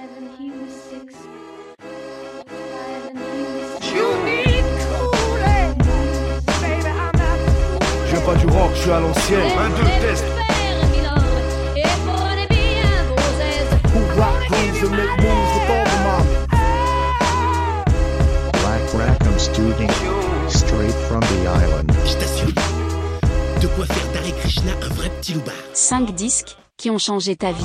Je viens pas du rock, je suis à l'ancienne. Un, deux, test. Who rock grooves and make moves with all the mommy. Black Rackham Studio, straight from the island. Je t'assure, de quoi faire d'Hare Krishna un vrai petit loupard. 5 disques qui ont changé ta vie.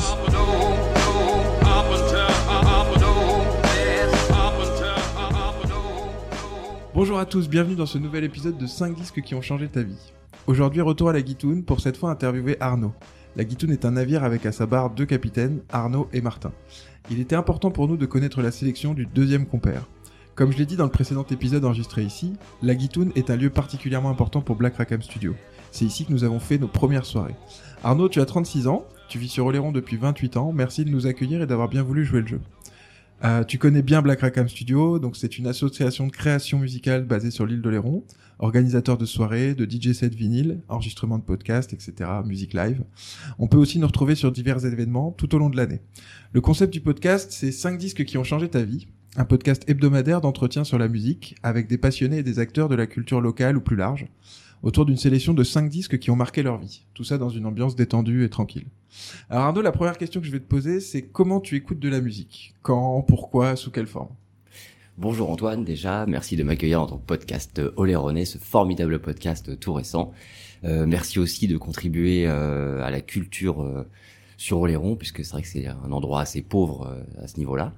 Bonjour à tous, bienvenue dans ce nouvel épisode de 5 disques qui ont changé ta vie. Aujourd'hui, retour à la Guitoune pour cette fois interviewer Arnaud. La Guitoune est un navire avec à sa barre 2 capitaines, Arnaud et Martin. Il était important pour nous de connaître la sélection du deuxième compère. Comme je l'ai dit dans le précédent épisode enregistré ici, la Guitoune est un lieu particulièrement important pour Black Rackham Studio. C'est ici que nous avons fait nos premières soirées. Arnaud, tu as 36 ans, tu vis sur Oléron depuis 28 ans, merci de nous accueillir et d'avoir bien voulu jouer le jeu. Tu connais bien Black Rackham Studio, donc c'est une association de création musicale basée sur l'île d'Oléron, organisateur de soirées, de DJ sets vinyle, enregistrement de podcasts, etc., musique live. On peut aussi nous retrouver sur divers événements tout au long de l'année. Le concept du podcast, c'est 5 disques qui ont changé ta vie, un podcast hebdomadaire d'entretien sur la musique, avec des passionnés et des acteurs de la culture locale ou plus large, autour d'une sélection de 5 disques qui ont marqué leur vie. Tout ça dans une ambiance détendue et tranquille. Alors Arnaud, la première question que je vais te poser, c'est comment tu écoutes de la musique ? Quand, pourquoi, sous quelle forme ? Bonjour Antoine, déjà, merci de m'accueillir dans ton podcast Oléronais, ce formidable podcast tout récent. Merci aussi de contribuer à la culture sur Oléron, puisque c'est vrai que c'est un endroit assez pauvre à ce niveau-là.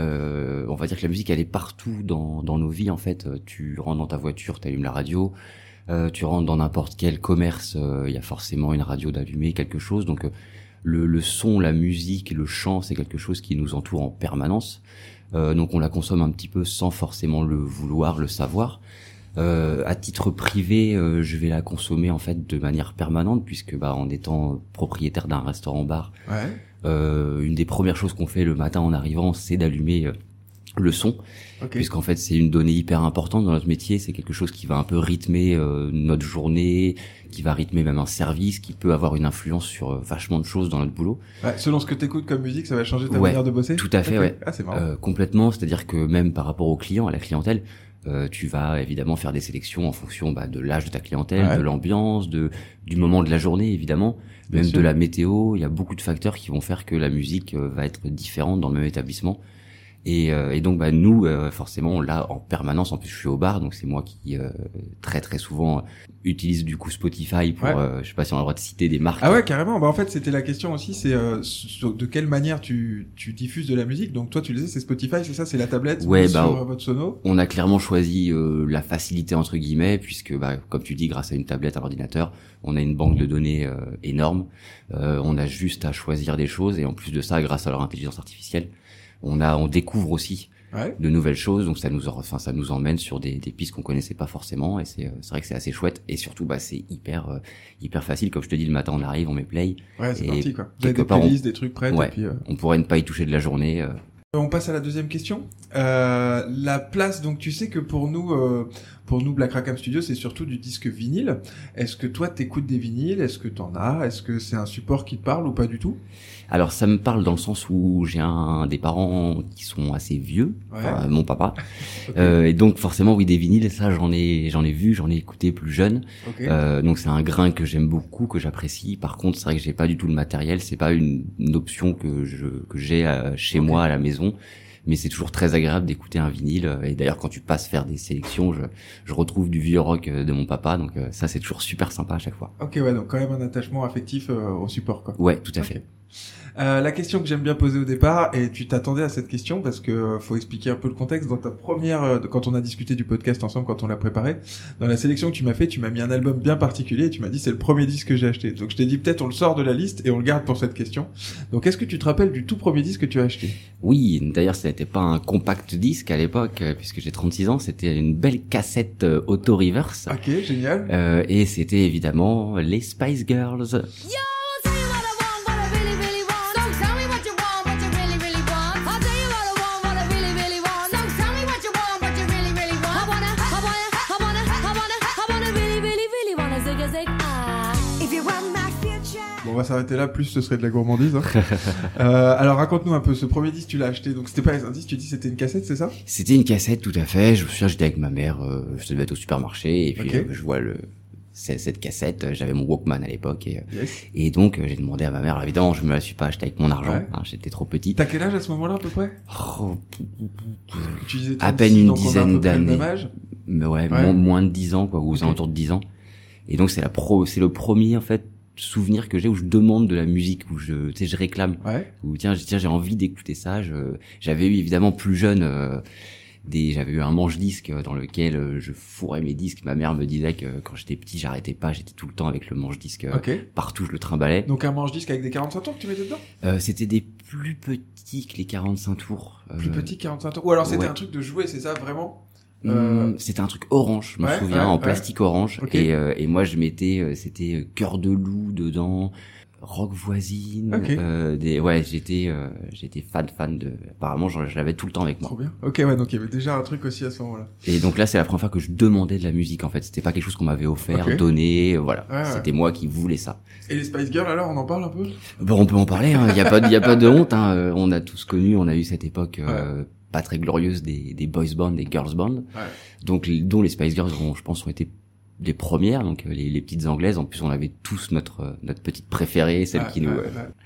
On va dire que la musique, elle est partout dans nos vies, en fait. Tu rentres dans ta voiture, tu allumes la radio, tu rentres dans n'importe quel commerce, il y a forcément une radio d'allumée, quelque chose. Donc le son, la musique, le chant, c'est quelque chose qui nous entoure en permanence. Donc on la consomme un petit peu sans forcément le vouloir, le savoir. À titre privé, je vais la consommer en fait de manière permanente, puisque en étant propriétaire d'un restaurant-bar, une des premières choses qu'on fait le matin en arrivant, c'est d'allumer le son, puisqu'en fait c'est une donnée hyper importante dans notre métier, c'est quelque chose qui va un peu rythmer notre journée, qui va rythmer même un service, qui peut avoir une influence sur vachement de choses dans notre boulot. Ouais, selon ce que t'écoutes comme musique, ça va changer ta manière de bosser. Tout à fait, ouais. Ah, c'est marrant. Complètement, c'est-à-dire que même par rapport aux clients, à la clientèle, tu vas évidemment faire des sélections en fonction de l'âge de ta clientèle, de l'ambiance, du moment de la journée évidemment, même de la météo. Il y a beaucoup de facteurs qui vont faire que la musique va être différente dans le même établissement. Et donc nous forcément on l'a en permanence. En plus je suis au bar, donc c'est moi qui très très souvent utilise du coup Spotify pour je sais pas si on a le droit de citer des marques. Ah ouais, carrément. En fait c'était la question aussi, c'est de quelle manière tu diffuses de la musique. Donc toi tu le disais, c'est Spotify, c'est ça, c'est la tablette sur votre sono. On a clairement choisi la facilité entre guillemets, puisque comme tu dis, grâce à une tablette, à l'ordinateur, on a une banque de données énorme. On a juste à choisir des choses, et en plus de ça, grâce à leur intelligence artificielle, on découvre aussi de nouvelles choses, donc ça nous emmène sur des pistes qu'on connaissait pas forcément, et c'est vrai que c'est assez chouette, et surtout c'est hyper facile. Comme je te dis, le matin on arrive, on met play, c'est parti quoi. Vous avez des playlists, des trucs prêts, et puis on pourrait ne pas y toucher de la journée. On passe à la deuxième question. La place, donc tu sais que pour nous Black Rackham Studio, c'est surtout du disque vinyle. Est-ce que toi t'écoutes des vinyles ? Est-ce que t'en as ? Est-ce que c'est un support qui te parle ou pas du tout ? Alors ça me parle dans le sens où j'ai des parents qui sont assez vieux, mon papa, et donc forcément oui, des vinyles, ça j'en ai vu, j'en ai écouté plus jeune. Donc c'est un grain que j'aime beaucoup, que j'apprécie. Par contre c'est vrai que j'ai pas du tout le matériel, c'est pas une option que j'ai chez moi à la maison. Mais c'est toujours très agréable d'écouter un vinyle, et d'ailleurs quand tu passes faire des sélections, je retrouve du vieux rock de mon papa, donc ça c'est toujours super sympa à chaque fois. Ok, donc quand même un attachement affectif au support quoi. Ouais, tout à fait. La question que j'aime bien poser au départ, et tu t'attendais à cette question parce que faut expliquer un peu le contexte. Dans ta première, quand on a discuté du podcast ensemble, quand on l'a préparé, dans la sélection que tu m'as fait, tu m'as mis un album bien particulier et tu m'as dit c'est le premier disque que j'ai acheté. Donc je t'ai dit peut-être on le sort de la liste et on le garde pour cette question. Donc est-ce que tu te rappelles du tout premier disque que tu as acheté ? Oui, d'ailleurs ça n'était pas un compact disque à l'époque, puisque j'ai 36 ans, c'était une belle cassette auto-reverse. Ok, génial. Et c'était évidemment les Spice Girls. va s'arrêter là, plus ce serait de la gourmandise. Hein. Alors raconte-nous un peu, ce premier disque tu l'as acheté, donc c'était pas un disque, tu dis c'était une cassette, c'est ça? C'était une cassette, tout à fait. Je me souviens, j'étais avec ma mère, je devais être au supermarché, et puis Ok. je vois cette cassette, j'avais mon Walkman à l'époque, Yes. et donc j'ai demandé à ma mère, évidemment, je me la suis pas achetée avec mon argent, Ouais. hein, j'étais trop petit. T'as quel âge à ce moment-là à peu près? Oh, Tu disais à 36, peine une donc on a à peu dizaine près le même d'années. âge. Mais ouais, Ouais. moins de 10 ans, quoi, ou aux Ok. alentours de 10 ans. Et donc c'est le premier, en fait, souvenir que j'ai où je demande de la musique, où je réclame, Ouais. où tiens, j'ai envie d'écouter ça. J'avais eu évidemment plus jeune, j'avais eu un manche-disque dans lequel je fourrais mes disques. Ma mère me disait que quand j'étais petit, j'arrêtais pas, j'étais tout le temps avec le manche-disque Ok. partout, je le trimballais. Donc un manche-disque avec des 45 tours que tu mettais dedans? C'était des plus petits que les 45 tours. Plus petit 45 tours. Ou alors c'était ouais. un truc de jouer, c'est ça vraiment? C'était un truc orange, je me Ouais, souviens, ouais, en ouais. plastique orange. Ok. Et moi, je mettais, c'était Cœur de loup dedans, Rock voisine. Ok. J'étais fan de. Apparemment, je l'avais tout le temps avec moi. Trop bien. Ok, ouais, donc il y avait déjà un truc aussi à ce moment-là. Et donc là, c'est la première fois que je demandais de la musique. En fait, c'était pas quelque chose qu'on m'avait offert, Ok. donné. Voilà, Ouais, ouais. c'était moi qui voulais ça. Et les Spice Girls alors, on en parle un peu? Bon, on peut en parler. Hein. Il y a pas de honte. Hein. On a tous connu. On a eu cette époque. Pas très glorieuse des boys bands, des girls bands. Ouais. Donc dont les Spice Girls je pense ont été les premières, donc les petites anglaises. En plus on avait tous notre petite préférée, celle qui nous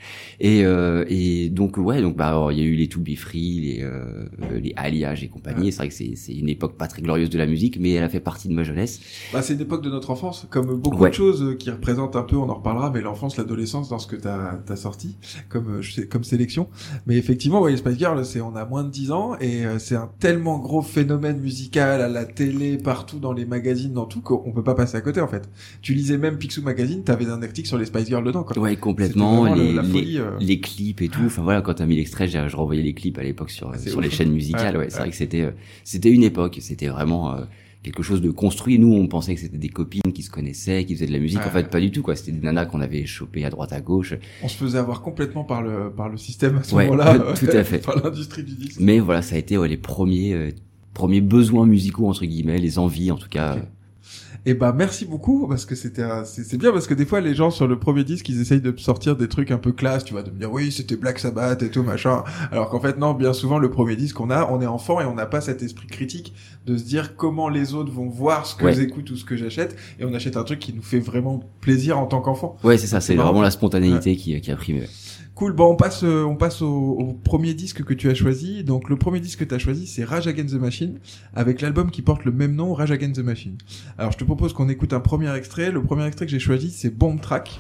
et donc alors, il y a eu les To Be Free, les Alliage et compagnie. Ouais. C'est vrai que c'est une époque pas très glorieuse de la musique, mais elle a fait partie de ma jeunesse. Bah, c'est une époque de notre enfance, comme beaucoup Ouais. de choses qui représentent un peu, on en reparlera, mais l'enfance, l'adolescence dans ce que t'as sorti comme sélection. Mais effectivement, ouais, les Spice Girls, on a moins de 10 ans et c'est un tellement gros phénomène musical à la télé, partout dans les magazines, dans tout, qu'on peut pas passer à côté en fait. Tu lisais même Picsou Magazine, t'avais un article sur les Spice Girls dedans, quoi. Ouais, complètement. C'était vraiment la folie, les clips et tout. Enfin voilà, quand t'as mis l'extrait, je revoyais les clips à l'époque sur C'est les ouf. chaînes musicales. Ouais, Ouais, c'est vrai que c'était une époque. C'était vraiment quelque chose de construit. Nous, on pensait que c'était des copines qui se connaissaient, qui faisaient de la musique. Ouais. En fait, pas du tout, quoi. C'était des nanas qu'on avait chopées à droite à gauche. On se faisait avoir complètement par le système à ce Ouais, moment-là. tout à fait. Par l'industrie du disque. Mais voilà, ça a été les premiers besoins musicaux entre guillemets, les envies en tout cas. Ok. Et bah merci beaucoup parce que c'est bien parce que des fois les gens sur le premier disque ils essayent de sortir des trucs un peu classe, tu vois, de me dire oui c'était Black Sabbath et tout machin, alors qu'en fait non, bien souvent le premier disque on est enfant et on n'a pas cet esprit critique de se dire comment les autres vont voir ce que Ouais. j'écoute ou ce que j'achète, et on achète un truc qui nous fait vraiment plaisir en tant qu'enfant. Ouais, c'est ça, c'est marrant. vraiment la spontanéité qui a primé. Cool, bon on passe au premier disque que tu as choisi. Donc le premier disque que tu as choisi c'est Rage Against the Machine, avec l'album qui porte le même nom, Rage Against the Machine. Alors je te propose qu'on écoute un premier extrait. Le premier extrait que j'ai choisi c'est Bomb Track.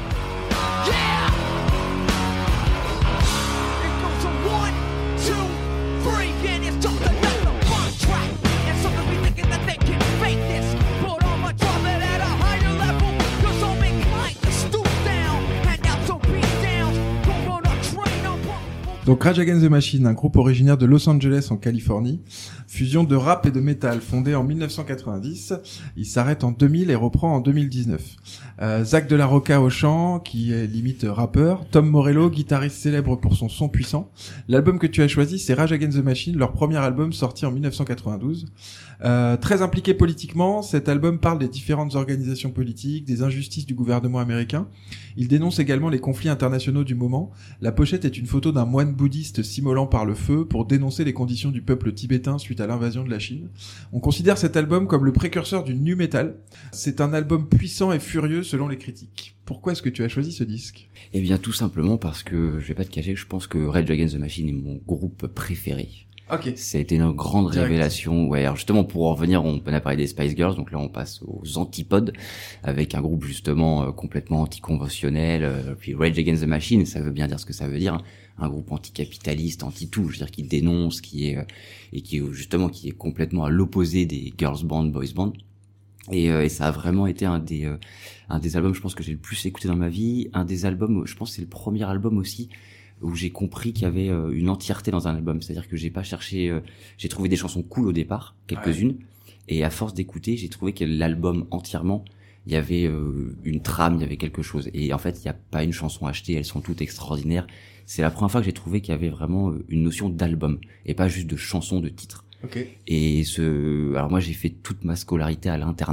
Donc Rage Against the Machine, un groupe originaire de Los Angeles en Californie, fusion de rap et de métal, fondé en 1990. Il s'arrête en 2000 et reprend en 2019. Zach de la Rocca au chant, qui est limite rappeur. Tom Morello, guitariste célèbre pour son son puissant. L'album que tu as choisi, c'est Rage Against the Machine, leur premier album sorti en 1992. Très impliqué politiquement, cet album parle des différentes organisations politiques, des injustices du gouvernement américain. Il dénonce également les conflits internationaux du moment. La pochette est une photo d'un moine bouddhiste s'immolant par le feu pour dénoncer les conditions du peuple tibétain suite à l'invasion de la Chine. On considère cet album comme le précurseur du nu metal. C'est un album puissant et furieux selon les critiques. Pourquoi est-ce que tu as choisi ce disque ? Eh bien, tout simplement parce que, je vais pas te cacher, je pense que Rage Against the Machine est mon groupe préféré. Ok. Ça a été une grande Direct. révélation. Ouais, alors justement, pour en revenir, on a parlé des Spice Girls, donc là on passe aux antipodes, avec un groupe justement complètement anticonventionnel. Puis Rage Against the Machine, ça veut bien dire ce que ça veut dire, hein. Un groupe anticapitaliste, anti-tout, je veux dire, qui dénonce, qui est complètement à l'opposé des girls band, boys band. Et ça a vraiment été un des albums, je pense, que j'ai le plus écouté dans ma vie. Un des albums, je pense que c'est le premier album aussi où j'ai compris qu'il y avait une entièreté dans un album. C'est-à-dire que j'ai pas cherché, j'ai trouvé des chansons cool au départ, quelques-unes, et à force d'écouter, j'ai trouvé que l'album entièrement, il y avait une trame, il y avait quelque chose. Et en fait, il y a pas une chanson achetée, elles sont toutes extraordinaires. C'est la première fois que j'ai trouvé qu'il y avait vraiment une notion d'album et pas juste de chanson, de titre. Ok. Et alors moi j'ai fait toute ma scolarité à l'internat.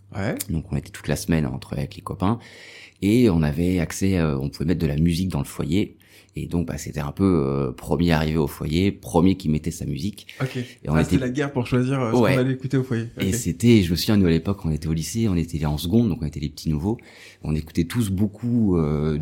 Ouais. Donc on était toute la semaine avec les copains et on avait accès, on pouvait mettre de la musique dans le foyer. Et donc c'était un peu premier arrivé au foyer, premier qui mettait sa musique. Ok. Et on c'était la guerre pour choisir ce qu'on allait écouter au foyer. Et c'était, je me souviens, nous à l'époque, on était au lycée, on était en seconde, donc on était les petits nouveaux. On écoutait tous beaucoup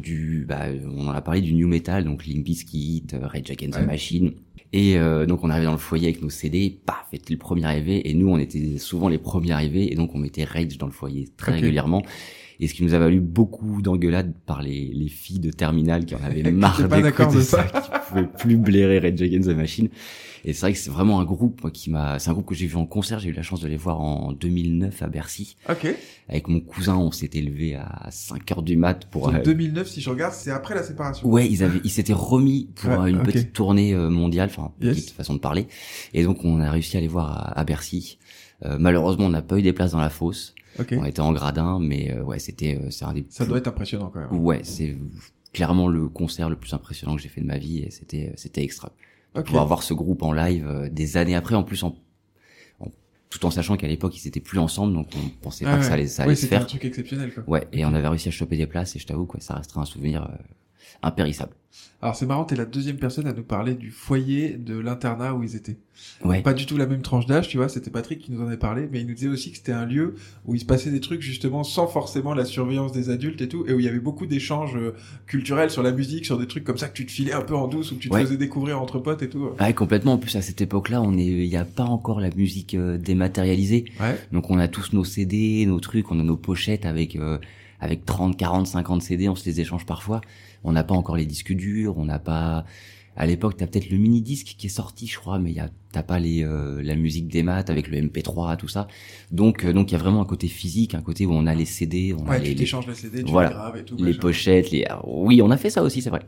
on en a parlé du new metal, donc Limp Bizkit, Rage Against the Machine. Et donc on arrivait dans le foyer avec nos CD, paf, c'était le premier arrivé. Et nous, on était souvent les premiers arrivés, et donc on mettait Rage dans le foyer très régulièrement. Et ce qui nous a valu beaucoup d'engueulades par les filles de terminale qui en avaient marre d'écouter ça, qui pouvaient plus blairer Rage Against the Machine. Et c'est vrai que c'est vraiment un groupe, moi, c'est un groupe que j'ai vu en concert, j'ai eu la chance de les voir en 2009 à Bercy. Ok. Avec mon cousin, on s'était levé à 5h du mat pour... Donc 2009, si je regarde, c'est après la séparation. Ouais, ils s'étaient remis pour une petite tournée mondiale, enfin, petite façon de parler. Et donc, on a réussi à les voir à Bercy. Malheureusement, on n'a pas eu des places dans la fosse. Okay. On était en gradin, mais c'est un des... Ça doit être impressionnant quand même. Ouais, c'est clairement le concert le plus impressionnant que j'ai fait de ma vie et c'était extra. Pouvoir voir ce groupe en live des années après, en plus tout en sachant qu'à l'époque ils étaient plus ensemble, donc on pensait pas que ça allait se faire. C'était un truc exceptionnel quoi. Ouais, et on avait réussi à choper des places et je t'avoue quoi, ça restera un souvenir impérissable. Alors c'est marrant, t'es la deuxième personne à nous parler du foyer de l'internat où ils étaient. Ouais. Pas du tout la même tranche d'âge, tu vois, c'était Patrick qui nous en avait parlé, mais il nous disait aussi que c'était un lieu où il se passait des trucs justement sans forcément la surveillance des adultes et tout, et où il y avait beaucoup d'échanges culturels sur la musique, sur des trucs comme ça que tu te filais un peu en douce, où tu te faisais découvrir entre potes et tout. Ouais, complètement. En plus, à cette époque-là, il y a pas encore la musique dématérialisée. Ouais. Donc on a tous nos CD, nos trucs, on a nos pochettes avec 30, 40, 50 CD, on se les échange parfois. On n'a pas encore les disques durs, on n'a pas... À l'époque, t'as peut-être le mini-disque qui est sorti, je crois, mais t'as pas la musique des maths avec le MP3, tout ça. Donc il y a vraiment un côté physique, un côté où on a les CD, on a tu t'échanges les CD, tu les graves et tout. Les pochettes, oui, on a fait ça aussi, c'est vrai.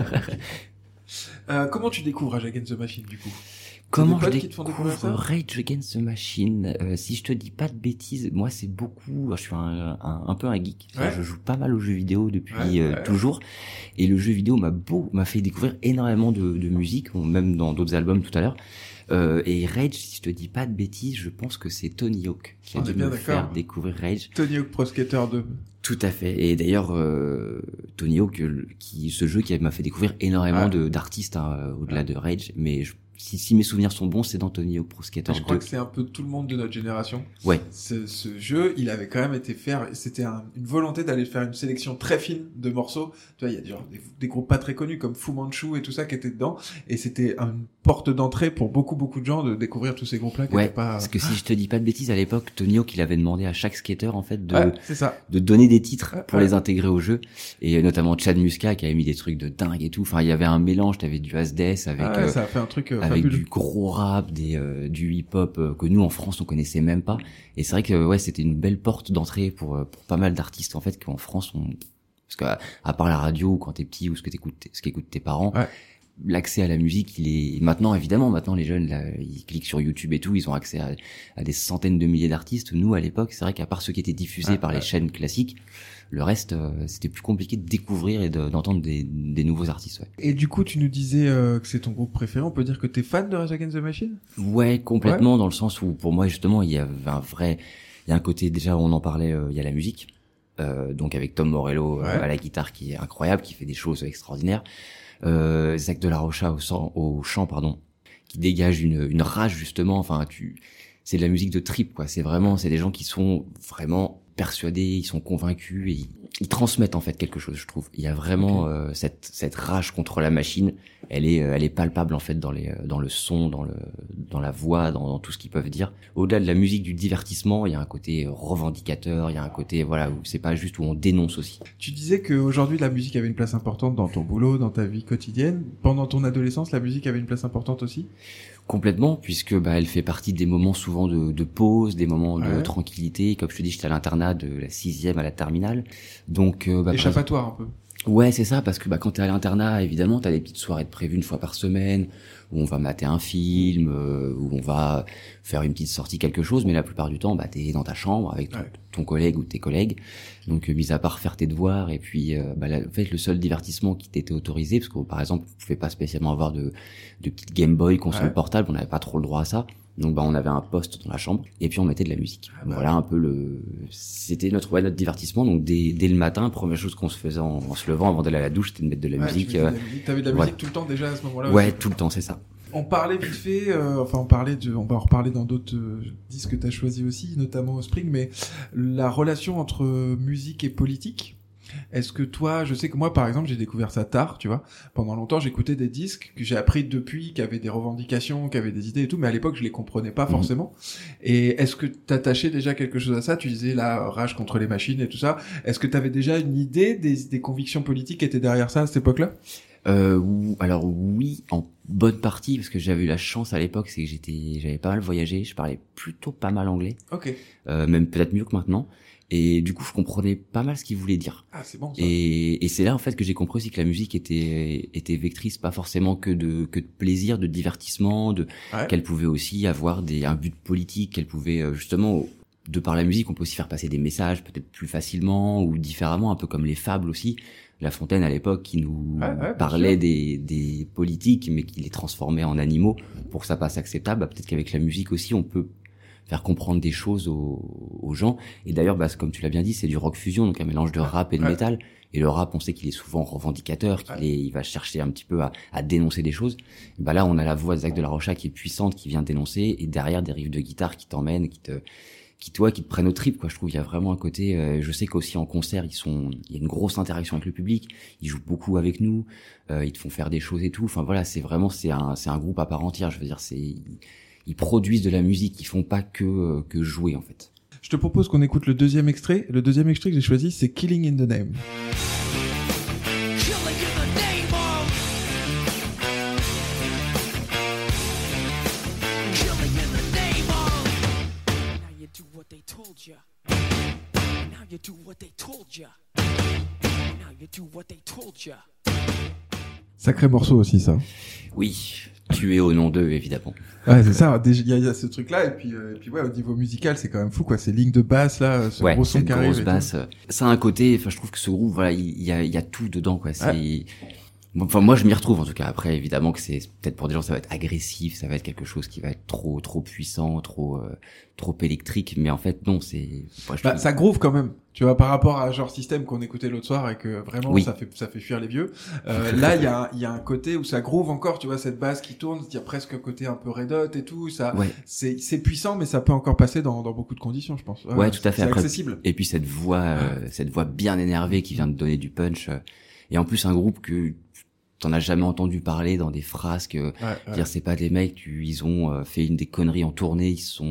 Comment tu découvres Rage Against the Machine, du coup? Comment je découvre Rage Against the Machine? Si je te dis pas de bêtises, moi c'est beaucoup. Je suis un peu un geek. Je joue pas mal aux jeux vidéo depuis toujours, et le jeu vidéo m'a fait découvrir énormément de musique, même dans d'autres albums tout à l'heure. Et Rage, si je te dis pas de bêtises, je pense que c'est Tony Hawk qui a dû me faire découvrir Rage. Tony Hawk Pro Skater 2. Tout à fait. Et d'ailleurs, Tony Hawk, ce jeu qui m'a fait découvrir énormément d'artistes au-delà de Rage, mais si mes souvenirs sont bons, c'est dans Tony Hawk Pro Skater 2. Je crois que c'est un peu tout le monde de notre génération. Ouais. Ce jeu, il avait quand même été c'était une volonté d'aller faire une sélection très fine de morceaux. Tu vois, il y a genre des groupes pas très connus comme Fu Manchu et tout ça qui étaient dedans. Et c'était une porte d'entrée pour beaucoup de gens de découvrir tous ces groupes-là qui étaient pas... parce que si je te dis pas de bêtises, à l'époque, Tony Hawk, il avait demandé à chaque skater, en fait, de donner des titres pour les intégrer au jeu. Et notamment Chad Muska qui avait mis des trucs de dingue et tout. Enfin, il y avait un mélange, t'avais du Asdes avec... ça a fait un truc avec du gros rap, du hip-hop que nous en France on connaissait même pas. Et c'est vrai que c'était une belle porte d'entrée pour pas mal d'artistes en fait qu'en France parce que à part la radio quand t'es petit ou ce qu'écoutent tes parents, l'accès à la musique il est maintenant les jeunes là, ils cliquent sur YouTube et tout, ils ont accès à des centaines de milliers d'artistes. Nous à l'époque c'est vrai qu'à part ceux qui étaient diffusés par les chaînes classiques, le reste, c'était plus compliqué de découvrir et d'entendre des nouveaux artistes. Ouais. Et du coup, tu nous disais que c'est ton groupe préféré. On peut dire que t'es fan de Rage Against the Machine? Ouais, complètement, dans le sens où, pour moi, justement, il y a un côté, déjà, on en parlait, il y a la musique. Donc avec Tom Morello à la guitare qui est incroyable, qui fait des choses extraordinaires. Zach de la Rocha au chant, qui dégage une rage, justement. Enfin, c'est de la musique de trip, quoi. C'est des gens qui sont vraiment persuadés, ils sont convaincus et ils transmettent en fait quelque chose, je trouve. Il y a vraiment cette rage contre la machine, elle est palpable en fait dans le son, dans la voix, dans tout ce qu'ils peuvent dire. Au-delà de la musique, du divertissement, il y a un côté revendicateur, il y a un côté où c'est pas juste où on dénonce aussi. Tu disais que aujourd'hui la musique avait une place importante dans ton boulot, dans ta vie quotidienne. Pendant ton adolescence, la musique avait une place importante aussi? Complètement, puisque elle fait partie des moments souvent de pause, des moments de tranquillité. Comme je te dis, j'étais à l'internat de la 6e à la terminale, donc échappatoire un peu. Ouais, c'est ça, parce que quand t'es à l'internat, évidemment, t'as des petites soirées de prévues une fois par semaine, où on va mater un film, où on va faire une petite sortie, quelque chose, mais la plupart du temps, t'es dans ta chambre avec ton collègue ou tes collègues. Donc, mis à part faire tes devoirs, et puis, en fait, le seul divertissement qui t'était autorisé, parce que, par exemple, on pouvait pas spécialement avoir de petites Game Boy, console portable, on n'avait pas trop le droit à ça. Donc on avait un poste dans la chambre et puis on mettait de la musique. Voilà un peu c'était notre divertissement. Donc dès le matin, première chose qu'on se faisait en se levant avant d'aller à la douche, c'était de mettre de la musique. T'avais de la musique tout le temps déjà à ce moment-là? Ouais, aussi. tout le temps, c'est ça. On parlait vite fait, on va en reparler dans d'autres disques que t'as choisis aussi, notamment Spring, mais la relation entre musique et politique. Est-ce que toi, je sais que moi, par exemple, j'ai découvert ça tard, tu vois. Pendant longtemps, j'écoutais des disques que j'ai appris depuis, qui avaient des revendications, qui avaient des idées et tout, mais à l'époque, je les comprenais pas forcément. Et est-ce que t'attachais déjà quelque chose à ça? Tu disais la rage contre les machines et tout ça. Est-ce que t'avais déjà une idée des convictions politiques qui étaient derrière ça à cette époque-là? Alors oui, en bonne partie, parce que j'avais eu la chance à l'époque, c'est que j'avais pas mal voyagé, je parlais plutôt pas mal anglais. Ok. Même peut-être mieux que maintenant. Et du coup, je comprenais pas mal ce qu'il voulait dire. Ah, c'est bon, ça. Et c'est là, en fait, que j'ai compris aussi que la musique était vectrice, pas forcément que de plaisir, de divertissement, qu'elle pouvait aussi avoir un but politique, qu'elle pouvait, justement, de par la musique, on peut aussi faire passer des messages, peut-être plus facilement ou différemment, un peu comme les fables aussi. La Fontaine, à l'époque, qui nous parlait des politiques, mais qui les transformait en animaux pour que ça passe acceptable. Bah, peut-être qu'avec la musique aussi, on peut faire comprendre des choses aux gens. Et d'ailleurs, comme tu l'as bien dit, c'est du rock fusion, donc un mélange de rap et de métal. Et le rap, on sait qu'il est souvent revendicateur, il va chercher un petit peu à dénoncer des choses. Et là, on a la voix de Zach de la Rocha qui est puissante, qui vient dénoncer, et derrière des riffs de guitare qui t'emmènent, qui te prennent au trip, quoi. Je trouve il y a vraiment un côté, je sais qu'aussi en concert, il y a une grosse interaction avec le public, ils jouent beaucoup avec nous, ils te font faire des choses et tout. Enfin voilà, c'est un groupe à part entière, je veux dire, ils produisent de la musique, ils font pas que jouer, en fait. Je te propose qu'on écoute le deuxième extrait. Le deuxième extrait que j'ai choisi, c'est Killing in the Name. Sacré morceau aussi, ça. Oui, tuer au nom d'eux, évidemment. Ouais, c'est ça. Il y a ce truc-là, et puis ouais, au niveau musical, c'est quand même fou, quoi. Ces lignes de basse là, ce gros son qui arrive. Grosse basse. Ça a un côté. Enfin, je trouve que ce groupe, voilà, il y a tout dedans, quoi. Enfin, moi, je m'y retrouve, en tout cas. Après, évidemment que c'est peut-être pour des gens, ça va être agressif, ça va être quelque chose qui va être trop puissant, trop électrique. Mais en fait, non, ça groove quand même. Tu vois, par rapport à genre System qu'on écoutait l'autre soir et que vraiment ça fait fuir les vieux. Là, il y a un côté où ça groove encore. Tu vois, cette basse qui tourne, il y a presque un côté un peu Red Hot et tout. Ça, c'est puissant, mais ça peut encore passer dans beaucoup de conditions, je pense. Ouais, tout à fait. C'est accessible. Et puis cette voix bien énervée qui vient de donner du punch. Et en plus, un groupe que t'en as jamais entendu parler dans des frasques, dire c'est pas des mecs, ils ont fait des conneries en tournée,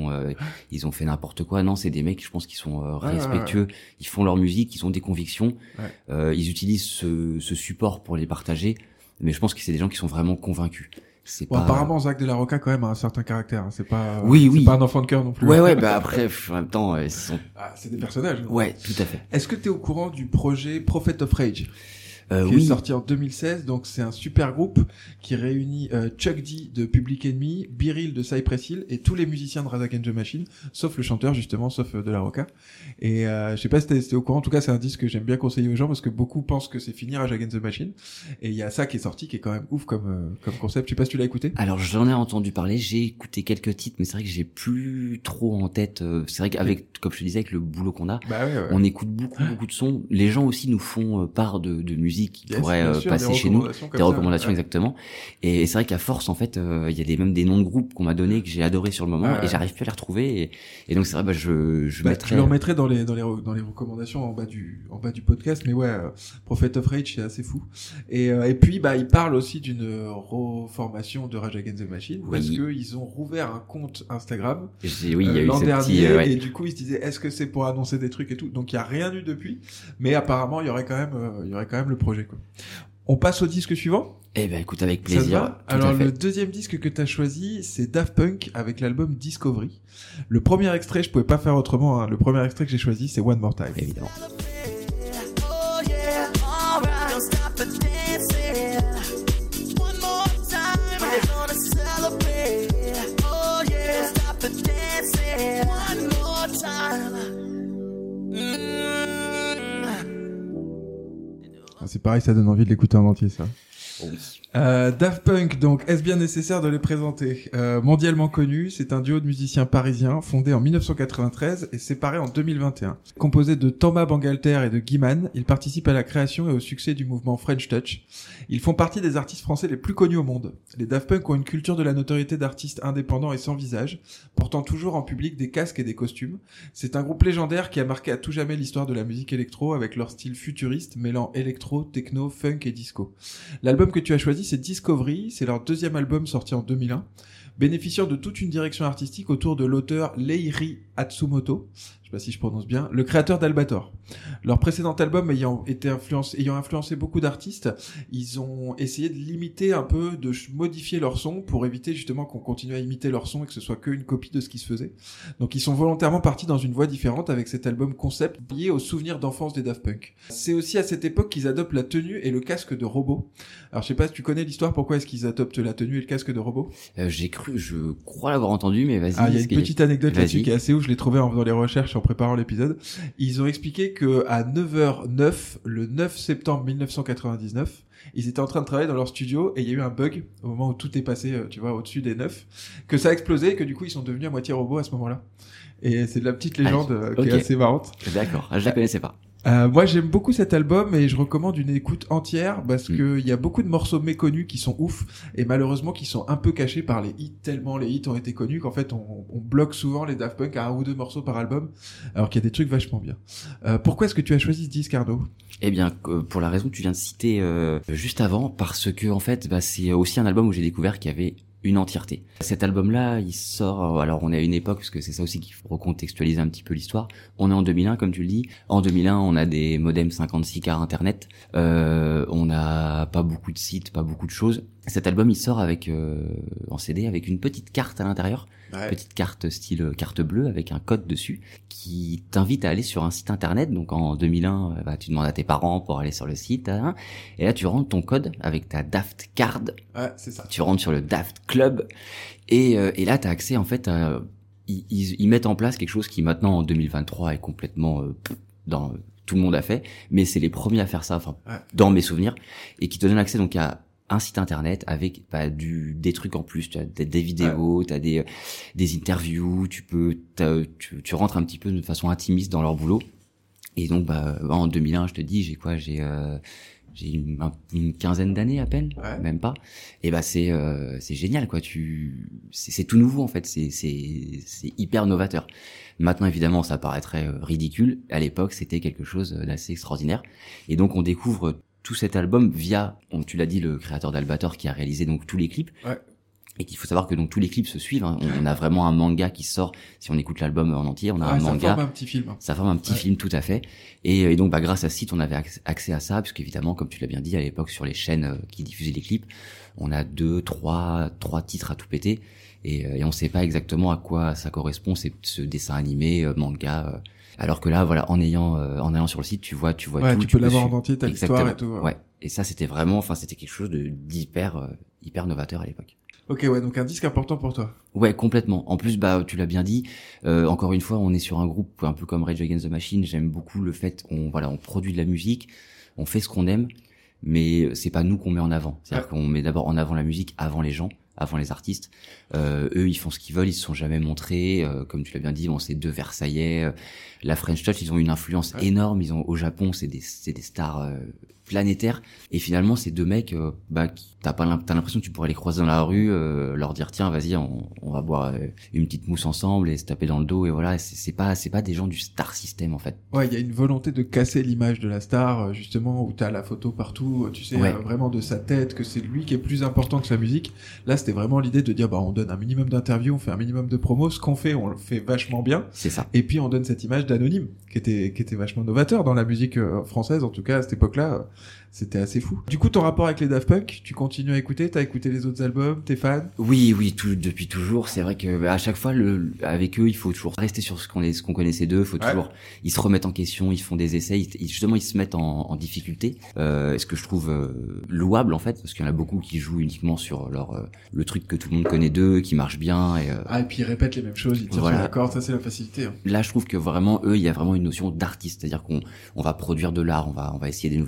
ils ont fait n'importe quoi. Non, c'est des mecs, je pense, qui sont respectueux. Ils font leur musique, ils ont des convictions. Ils utilisent ce support pour les partager. Mais je pense que c'est des gens qui sont vraiment convaincus. Apparemment, Zach de la Rocha, quand même, a un certain caractère. C'est pas, c'est pas un enfant de cœur non plus. Ouais, après, en même temps, c'est des personnages. Ouais, tout à fait. Est-ce que t'es au courant du projet Prophet of Rage? Qui est sorti en 2016, donc c'est un super groupe qui réunit Chuck D de Public Enemy, Beryl de Cypress Hill et tous les musiciens de Rage Against the Machine, sauf le chanteur justement, sauf de la Rocha. Et je sais pas si t'es au courant, en tout cas c'est un disque que j'aime bien conseiller aux gens parce que beaucoup pensent que c'est fini Rage Against the Machine. Et il y a ça qui est sorti qui est quand même ouf comme concept. Je sais pas si tu l'as écouté. Alors j'en ai entendu parler, j'ai écouté quelques titres, mais c'est vrai que j'ai plus trop en tête. C'est vrai qu'avec, comme je te disais, avec le boulot qu'on a, on écoute beaucoup de sons. Les gens aussi nous font part de musique qui pourrait passer chez nous, des recommandations exactement. Et c'est vrai qu'à force, en fait, il y a même des noms de groupes qu'on m'a donné que j'ai adoré sur le moment et j'arrive plus à les retrouver. Et donc c'est vrai, je mettrai. Je le remettrai dans les recommandations en bas du podcast. Mais ouais, Prophet of Rage, c'est assez fou. Et puis il parle aussi d'une reformation de Rage Against the Machine parce que ils ont rouvert un compte Instagram l'an dernier et du coup ils se disaient est-ce que c'est pour annoncer des trucs et tout. Donc il y a rien eu depuis, mais apparemment il y aurait quand même le projet, quoi. On passe au disque suivant? Eh ben, écoute, avec plaisir. Alors, le deuxième disque que t'as choisi, c'est Daft Punk avec l'album Discovery. Le premier extrait, je pouvais pas faire autrement, hein. Le premier extrait que j'ai choisi, c'est One More Time. Évidemment. C'est pareil, ça donne envie de l'écouter en entier, ça. Oui. Daft Punk, donc, est-ce bien nécessaire de les présenter? Mondialement connu, c'est un duo de musiciens parisiens fondé en 1993 et séparé en 2021. Composé de Thomas Bangalter et de Guy Mann, ils participent à la création et au succès du mouvement French Touch. Ils font partie des artistes français les plus connus au monde. Les Daft Punk ont une culture de la notoriété d'artistes indépendants et sans visage, portant toujours en public des casques et des costumes. C'est un groupe légendaire qui a marqué à tout jamais l'histoire de la musique électro avec leur style futuriste mêlant électro, techno, funk et disco. L'album que tu as choisi, c'est Discovery, c'est leur deuxième album sorti en 2001, bénéficiant de toute une direction artistique autour de l'auteur Leiri Hatsumoto, je sais pas si je prononce bien, le créateur d'Albator. Leur précédent album ayant influencé beaucoup d'artistes, ils ont essayé de limiter un peu, de modifier leur son pour éviter justement qu'on continue à imiter leur son et que ce soit qu'une copie de ce qui se faisait. Donc ils sont volontairement partis dans une voie différente avec cet album concept lié aux souvenirs d'enfance des Daft Punk. C'est aussi à cette époque qu'ils adoptent la tenue et le casque de robot. Alors je sais pas si tu connais l'histoire, pourquoi est-ce qu'ils adoptent la tenue et le casque de robot? Je crois l'avoir entendu, mais vas-y. Il y a une petite anecdote là-dessus qui est assez ouf, je l'ai trouvé en faisant les recherches en préparant l'épisode. Ils ont expliqué que à 9h09, le 9 septembre 1999, ils étaient en train de travailler dans leur studio et il y a eu un bug au moment où tout est passé, tu vois, au-dessus des 9, que ça a explosé et que du coup ils sont devenus à moitié robots à ce moment-là. Et c'est de la petite légende qui est assez marrante. D'accord, je la connaissais pas. Moi j'aime beaucoup cet album et je recommande une écoute entière parce que il y a beaucoup de morceaux méconnus qui sont ouf et malheureusement qui sont un peu cachés par les hits, tellement les hits ont été connus qu'en fait on bloque souvent les Daft Punk à 1 ou 2 morceaux par album alors qu'il y a des trucs vachement bien. Pourquoi est-ce que tu as choisi ce disque, Arnaud? Eh bien, pour la raison que tu viens de citer juste avant, parce que en fait, c'est aussi un album où j'ai découvert qu'il y avait une entièreté. Cet album-là, il sort, alors on est à une époque, parce que c'est ça aussi qu'il faut recontextualiser un petit peu l'histoire. On est en 2001, comme tu le dis. En 2001, on a des modems 56K Internet. On n'a pas beaucoup de sites, pas beaucoup de choses. Cet album, il sort avec en CD avec une petite carte à l'intérieur. Ouais. Petite carte style carte bleue avec un code dessus qui t'invite à aller sur un site internet. Donc en 2001, tu demandes à tes parents pour aller sur le site, hein, et là tu rentres ton code avec ta Daft Card. Ouais, c'est ça. Tu rentres sur le Daft Club et là t'as accès en fait à ils mettent en place quelque chose qui maintenant en 2023 est complètement dans tout le monde a fait, mais c'est les premiers à faire ça, enfin dans mes souvenirs, et qui te donnent accès donc à un site internet avec des trucs en plus, tu as des vidéos, tu as des interviews, tu rentres un petit peu de façon intimiste dans leur boulot. Et donc en 2001, je te dis, j'ai une quinzaine d'années à peine, même pas. Et c'est génial quoi, c'est tout nouveau en fait, c'est hyper novateur. Maintenant évidemment, ça paraîtrait ridicule, à l'époque, c'était quelque chose d'assez extraordinaire. Et donc on découvre tout cet album via, tu l'as dit, le créateur d'Albator qui a réalisé donc tous les clips. Ouais. Et qu'il faut savoir que donc tous les clips se suivent. Hein. On a vraiment un manga qui sort. Si on écoute l'album en entier, on a un manga. Ça forme un petit film. Ça forme un petit film, tout à fait. Et donc grâce à ce site, on avait accès à ça, puisque évidemment, comme tu l'as bien dit, à l'époque sur les chaînes qui diffusaient les clips, on a 2, 3 titres à tout péter. Et on sait pas exactement à quoi ça correspond. C'est ce dessin animé, manga. Alors que là, voilà, en allant sur le site, tu vois tout. Tu peux l'avoir en entier, t'as l'histoire et tout. Ouais. Et ça, c'était vraiment, c'était quelque chose d'hyper novateur à l'époque. Ok, ouais, donc un disque important pour toi. Ouais, complètement. En plus, tu l'as bien dit, encore une fois, on est sur un groupe un peu comme Rage Against the Machine. J'aime beaucoup le fait qu'on produit de la musique, on fait ce qu'on aime, mais c'est pas nous qu'on met en avant. C'est-à-dire qu'on met d'abord en avant la musique avant les gens, avant les artistes. Eux, ils font ce qu'ils veulent, ils se sont jamais montrés. Comme tu l'as bien dit, c'est 2 Versaillais. La French Touch, ils ont une influence énorme. Au Japon, c'est des stars planétaires. Et finalement, ces 2 mecs, t'as l'impression que tu pourrais les croiser dans la rue, leur dire tiens, vas-y, on va boire une petite mousse ensemble et se taper dans le dos. Et voilà, c'est pas des gens du star system en fait. Ouais, il y a une volonté de casser l'image de la star, justement, où t'as la photo partout, tu sais, vraiment de sa tête, que c'est lui qui est plus important que sa musique. Là, c'était vraiment l'idée de dire on donne un minimum d'interviews, on fait un minimum de promos, ce qu'on fait, on le fait vachement bien. C'est ça. Et puis on donne cette image d'anonyme qui était vachement novateur dans la musique française, en tout cas à cette époque-là. C'était assez fou. Du coup, ton rapport avec les Daft Punk, tu continues à écouter? T'as écouté les autres albums? T'es fan? Oui, depuis toujours. C'est vrai que à chaque fois, avec eux, il faut toujours rester sur ce qu'on connaissait d'eux. Faut toujours, ils se remettent en question, ils font des essais, justement, ils se mettent en difficulté. Ce que je trouve louable en fait, parce qu'il y en a beaucoup qui jouent uniquement sur le truc que tout le monde connaît d'eux, qui marche bien. Et puis ils répètent les mêmes choses, ils tirent sur la corde. Ça, c'est la facilité. Hein. Là, je trouve que vraiment, eux, il y a vraiment une notion d'artiste, c'est-à-dire qu'on va produire de l'art, on va essayer des nouvelles choses.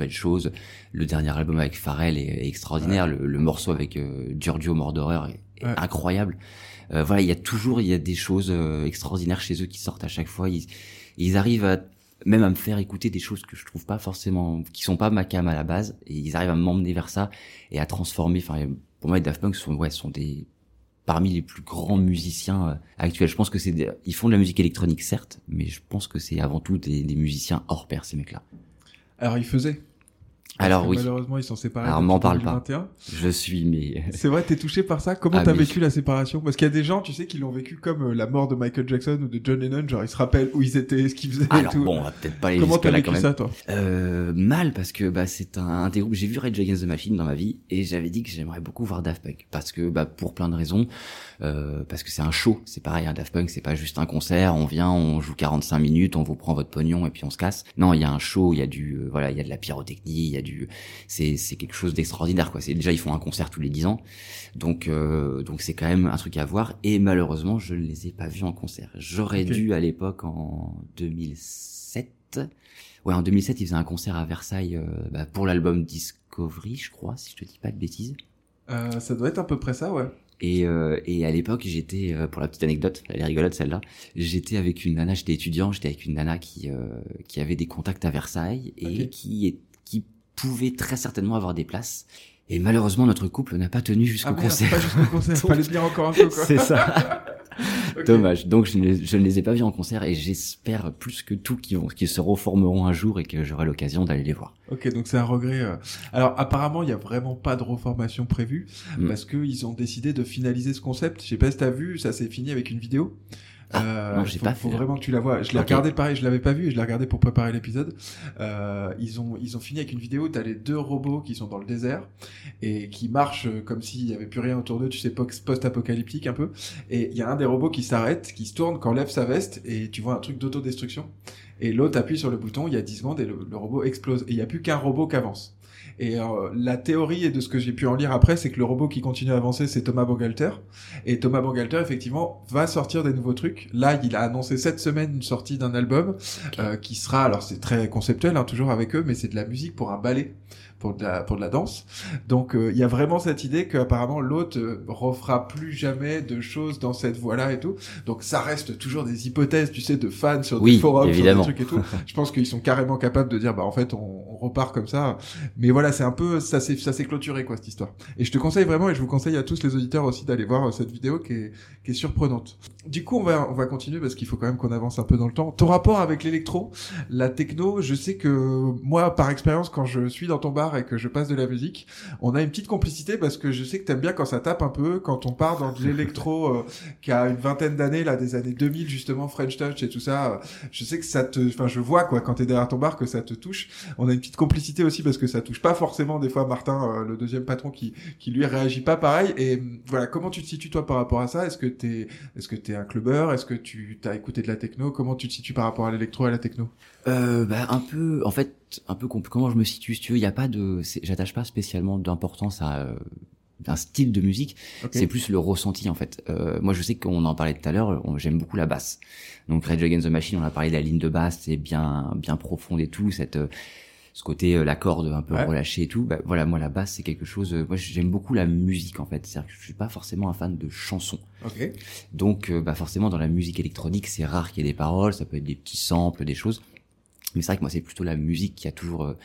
choses. Le dernier album avec Pharrell est extraordinaire. Le morceau avec Giorgio Moroder est incroyable. Voilà, il y a des choses extraordinaires chez eux qui sortent à chaque fois. Ils arrivent même à me faire écouter des choses que je trouve pas forcément, qui sont pas ma cam à la base, et ils arrivent à m'emmener vers ça et à transformer. Enfin, pour moi, les Daft Punk sont parmi les plus grands musiciens actuels. Je pense que ils font de la musique électronique certes, mais je pense que c'est avant tout des musiciens hors pair, ces mecs-là. Alors ils faisaient. Alors oui. Malheureusement, ils sont séparés. Alors m'en parle pas. 2021. Je suis, mais... C'est vrai, t'es touché par ça? Comment t'as vécu la séparation? Parce qu'il y a des gens, tu sais, qui l'ont vécu comme la mort de Michael Jackson ou de John Lennon, genre ils se rappellent où ils étaient, ce qu'ils faisaient et tout. Bon, on va peut-être pas aller Comment jusque là t'as quand vécu même. ça, toi? Mal, parce que c'est un des groupes. J'ai vu Rage Against the Machine dans ma vie et j'avais dit que j'aimerais beaucoup voir Daft Punk parce que pour plein de raisons. Parce que c'est un show, c'est pareil, un Daft Punk, c'est pas juste un concert, on vient, on joue 45 minutes, on vous prend votre pognon et puis on se casse. Non, il y a un show, il y a il y a de la pyrotechnie, il y a c'est quelque chose d'extraordinaire, quoi. C'est déjà, ils font un concert tous les 10 ans. Donc c'est quand même un truc à voir et malheureusement, je ne les ai pas vus en concert. J'aurais dû à l'époque en 2007. Ouais, en 2007, ils faisaient un concert à Versailles pour l'album Discovery, je crois, si je te dis pas de bêtises. Ça doit être à peu près ça, ouais. Et à l'époque, j'étais, pour la petite anecdote, elle est rigolote celle-là, j'étais avec une nana, j'étais étudiant, j'étais avec une nana qui avait des contacts à Versailles et qui pouvait très certainement avoir des places. Et malheureusement, notre couple n'a pas tenu jusqu'au concert. Pas jusqu'au concert, fallait venir encore un peu, quoi. C'est ça. Okay. Dommage. Donc je ne les ai pas vus en concert et j'espère plus que tout qu'ils se reformeront un jour et que j'aurai l'occasion d'aller les voir. Ok, donc c'est un regret. Alors apparemment il y a vraiment pas de reformation prévue parce que ils ont décidé de finaliser ce concept. Je sais pas si t'as vu, ça s'est fini avec une vidéo. Non, j'ai pas fait. Faut vraiment que tu la vois. Je l'ai regardé pareil, je l'avais pas vu et je l'ai regardé pour préparer l'épisode. Ils ont fini avec une vidéo où t'as les deux robots qui sont dans le désert et qui marchent comme s'il y avait plus rien autour d'eux, tu sais, post-apocalyptique un peu. Et il y a un des robots qui s'arrête, qui se tourne, qui enlève sa veste et tu vois un truc d'autodestruction. Et l'autre appuie sur le bouton, il y a 10 secondes et le robot explose. Et il y a plus qu'un robot qui avance. Et la théorie, et de ce que j'ai pu en lire après, c'est que le robot qui continue à avancer, c'est Thomas Bangalter. Et Thomas Bangalter, effectivement, va sortir des nouveaux trucs. Là, il a annoncé cette semaine une sortie d'un album qui sera, alors c'est très conceptuel, toujours avec eux, mais c'est de la musique pour un ballet, pour de la danse. Donc il y a vraiment cette idée qu'apparemment l'autre refera plus jamais de choses dans cette voie-là et tout. Donc ça reste toujours des hypothèses, tu sais, de fans sur des forums, évidemment. Sur des trucs et tout. Je pense qu'ils sont carrément capables de dire, en fait, on repart comme ça. Mais voilà, c'est un peu, ça s'est clôturé, quoi, cette histoire. Et je te conseille vraiment, et je vous conseille à tous les auditeurs aussi d'aller voir cette vidéo qui est surprenante. Du coup, on va continuer parce qu'il faut quand même qu'on avance un peu dans le temps. Ton rapport avec l'électro, la techno, je sais que moi, par expérience, quand je suis dans ton bar et que je passe de la musique, on a une petite complicité parce que je sais que t'aimes bien quand ça tape un peu, quand on part dans de l'électro qui a une vingtaine d'années, là, des années 2000, justement, French Touch et tout ça, je sais que je vois, quoi, quand t'es derrière ton bar, que ça te touche. On a une petite complicité aussi parce que ça touche pas forcément, des fois, Martin, le deuxième patron qui lui réagit pas pareil. Et voilà, comment tu te situes, toi, par rapport à ça? Est-ce que t'es un clubbeur? Est-ce que tu t'as écouté de la techno? Comment tu te situes par rapport à l'électro et à la techno? Un peu, en fait, comment je me situe, si tu veux, il y a pas j'attache pas spécialement d'importance à un style de musique, c'est plus le ressenti, en fait. Moi, je sais qu'on en parlait tout à l'heure, j'aime beaucoup la basse. Donc Rage Against the Machine, on a parlé de la ligne de basse, c'est bien profonde et tout, ce côté la corde un peu relâchée et tout. Voilà, moi la basse c'est quelque chose, moi j'aime beaucoup la musique, en fait, c'est-à-dire que je suis pas forcément un fan de chansons. Donc forcément dans la musique électronique, c'est rare qu'il y ait des paroles, ça peut être des petits samples, des choses. Mais c'est vrai que moi c'est plutôt la musique qui a toujours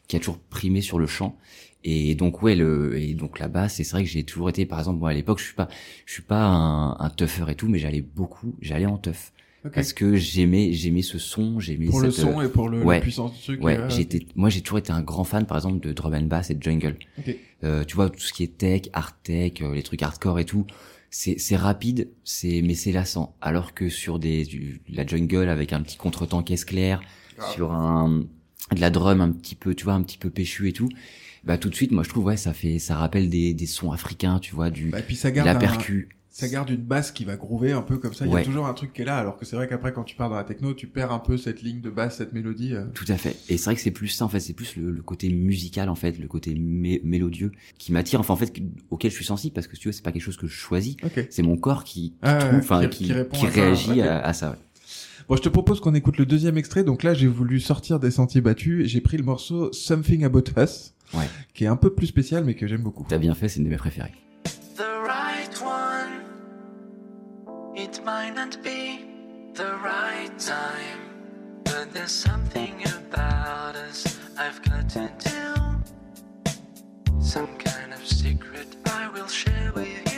primé sur le chant. Et donc donc la basse, et c'est vrai que j'ai toujours été, par exemple, moi à l'époque, je suis pas un teuffer et tout, mais j'allais en teuf. Parce que j'aimais ce son, pour le son et pour la puissance du truc. Ouais, j'ai toujours été un grand fan, par exemple, de drum and bass et de jungle. Tu vois, tout ce qui est tech, hard tech, les trucs hardcore et tout, c'est rapide, mais c'est lassant. Alors que sur la jungle avec un petit contretemps caisse claire, sur de la drum un petit peu, tu vois, un petit peu péchu et tout, tout de suite, moi je trouve, ça rappelle des sons africains, tu vois, puis ça garde la percu. Ça garde une basse qui va groover un peu comme ça. Il y a toujours un truc qui est là, alors que c'est vrai qu'après, quand tu pars dans la techno, tu perds un peu cette ligne de basse, cette mélodie. Tout à fait. Et c'est vrai que c'est plus ça, en fait. C'est plus le côté musical, en fait, le côté mélodieux qui m'attire, enfin, en fait, auquel je suis sensible, parce que si tu veux, c'est pas quelque chose que je choisis. C'est mon corps qui réagit à ça. Bon, je te propose qu'on écoute le deuxième extrait. Donc là, j'ai voulu sortir des sentiers battus et j'ai pris le morceau Something About Us, Ouais. qui est un peu plus spécial mais que j'aime beaucoup. T'as bien fait, c'est une de mes préférées. The right one. It might not be the right time, but there's something about us I've got to do. Some kind of secret I will share with you.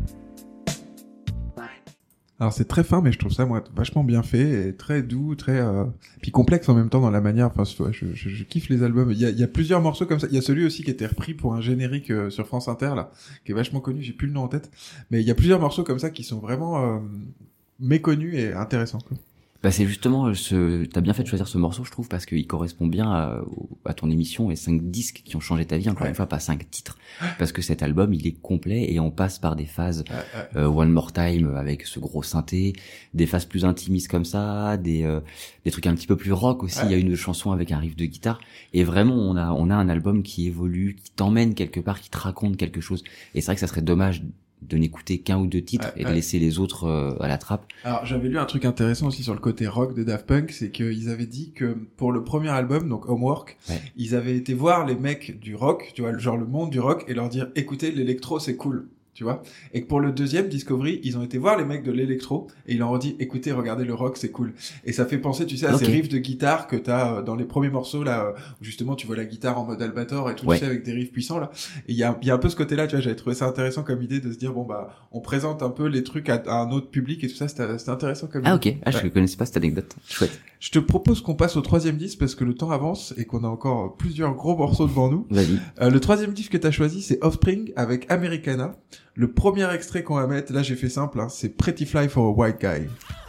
Alors c'est très fin, mais je trouve ça moi vachement bien fait et très doux, très puis complexe en même temps dans la manière. Enfin, je kiffe les albums. Il y a plusieurs morceaux comme ça. Il y a celui aussi qui était repris pour un générique sur France Inter là, qui est vachement connu. J'ai plus le nom en tête, mais il y a plusieurs morceaux comme ça qui sont vraiment méconnus et intéressants, quoi. Bah c'est justement t'as bien fait de choisir ce morceau, je trouve, parce qu'il correspond bien à ton émission et 5 disques qui ont changé ta vie, encore une fois, pas 5 titres, parce que cet album il est complet et on passe par des phases One More Time avec ce gros synthé, des phases plus intimistes comme ça, des trucs un petit peu plus rock aussi. Il y a une chanson avec un riff de guitare et vraiment on a un album qui évolue, qui t'emmène quelque part, qui te raconte quelque chose. Et c'est vrai que ça serait dommage de n'écouter qu'un ou deux titres et de laisser les autres à la trappe. Alors j'avais lu un truc intéressant aussi sur le côté rock de Daft Punk, c'est qu'ils avaient dit que pour le premier album, donc Homework, ils avaient été voir les mecs du rock, tu vois, genre le monde du rock, et leur dire écoutez, l'électro c'est cool, tu vois. Et que pour le deuxième Discovery, ils ont été voir les mecs de l'électro et ils leur ont dit écoutez, regardez le rock c'est cool. Et ça fait penser, tu sais, à ces riffs de guitare que t'as dans les premiers morceaux là, où justement tu vois la guitare en mode Albator et tout, tu sais, avec des riffs puissants là. Et il y a un peu ce côté là, tu vois, j'avais trouvé ça intéressant comme idée de se dire bon bah on présente un peu les trucs à un autre public et tout ça, c'était intéressant comme idée. Ok, je connaissais pas cette anecdote. Chouette. Je te propose qu'on passe au troisième disque parce que le temps avance et qu'on a encore plusieurs gros morceaux devant nous. Vas-y. Le troisième disque que t'as choisi, c'est Offspring avec Americana. Le premier extrait qu'on va mettre, là j'ai fait simple, hein, c'est Pretty Fly for a White Guy.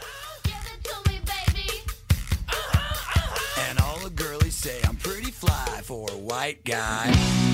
And all the girlies say I'm pretty fly for a white guy.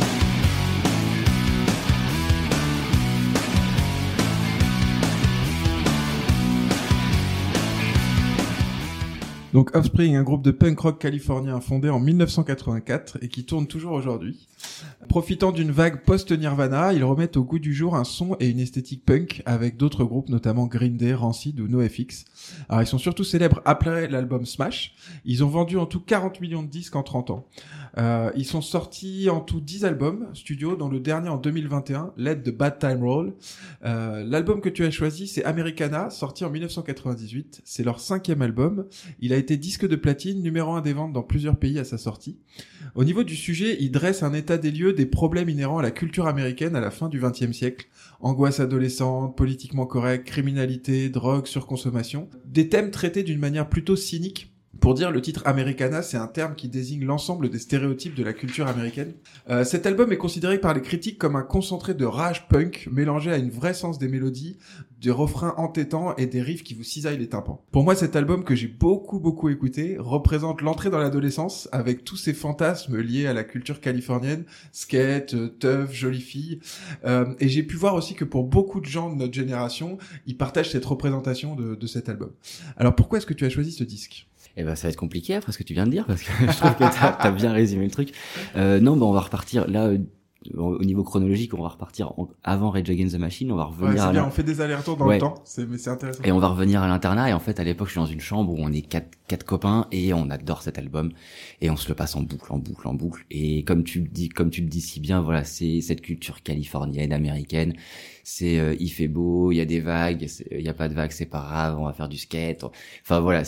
Donc Offspring, un groupe de punk rock californien fondé en 1984 et qui tourne toujours aujourd'hui. Profitant d'une vague post-Nirvana, ils remettent au goût du jour un son et une esthétique punk avec d'autres groupes, notamment Green Day, Rancid ou NoFX. Alors ils sont surtout célèbres après l'album Smash. Ils ont vendu en tout 40 millions de disques en 30 ans. Ils sont sortis en tout 10 albums studio, dont le dernier en 2021, Let the Bad Time Roll. L'album que tu as choisi, c'est Americana, sorti en 1998. C'est leur 5e album. Il a été disque de platine, numéro 1 des ventes dans plusieurs pays à sa sortie. Au niveau du sujet, il dresse un état des lieux des problèmes inhérents à la culture américaine à la fin du XXe siècle. Angoisse adolescente, politiquement correct, criminalité, drogue, surconsommation. Des thèmes traités d'une manière plutôt cynique. Pour dire, le titre Americana, c'est un terme qui désigne l'ensemble des stéréotypes de la culture américaine. Cet album est considéré par les critiques comme un concentré de rage punk mélangé à une vraie sens des mélodies, des refrains entêtants et des riffs qui vous cisaillent les tympans. Pour moi, cet album que j'ai beaucoup écouté représente l'entrée dans l'adolescence avec tous ces fantasmes liés à la culture californienne, skate, teuf, jolie fille. Et j'ai pu voir aussi que pour beaucoup de gens de notre génération, ils partagent cette représentation de cet album. Alors pourquoi est-ce que tu as choisi ce disque ? Eh ben, ça va être compliqué après ce que tu viens de dire, parce que je trouve que t'as bien résumé le truc. Non, on va repartir, là, au niveau chronologique, on va repartir avant Rage Against the Machine, on va revenir c'est bien, on fait des allers-retours dans le temps, mais c'est intéressant. Et on va revenir à l'internat, et en fait, à l'époque, je suis dans une chambre où on est quatre copains, et on adore cet album, et on se le passe en boucle, et comme tu le dis si bien, voilà, c'est cette culture californienne, américaine, c'est, il fait beau, il y a des vagues, il y a pas de vagues, c'est pas grave, on va faire du skate, enfin voilà,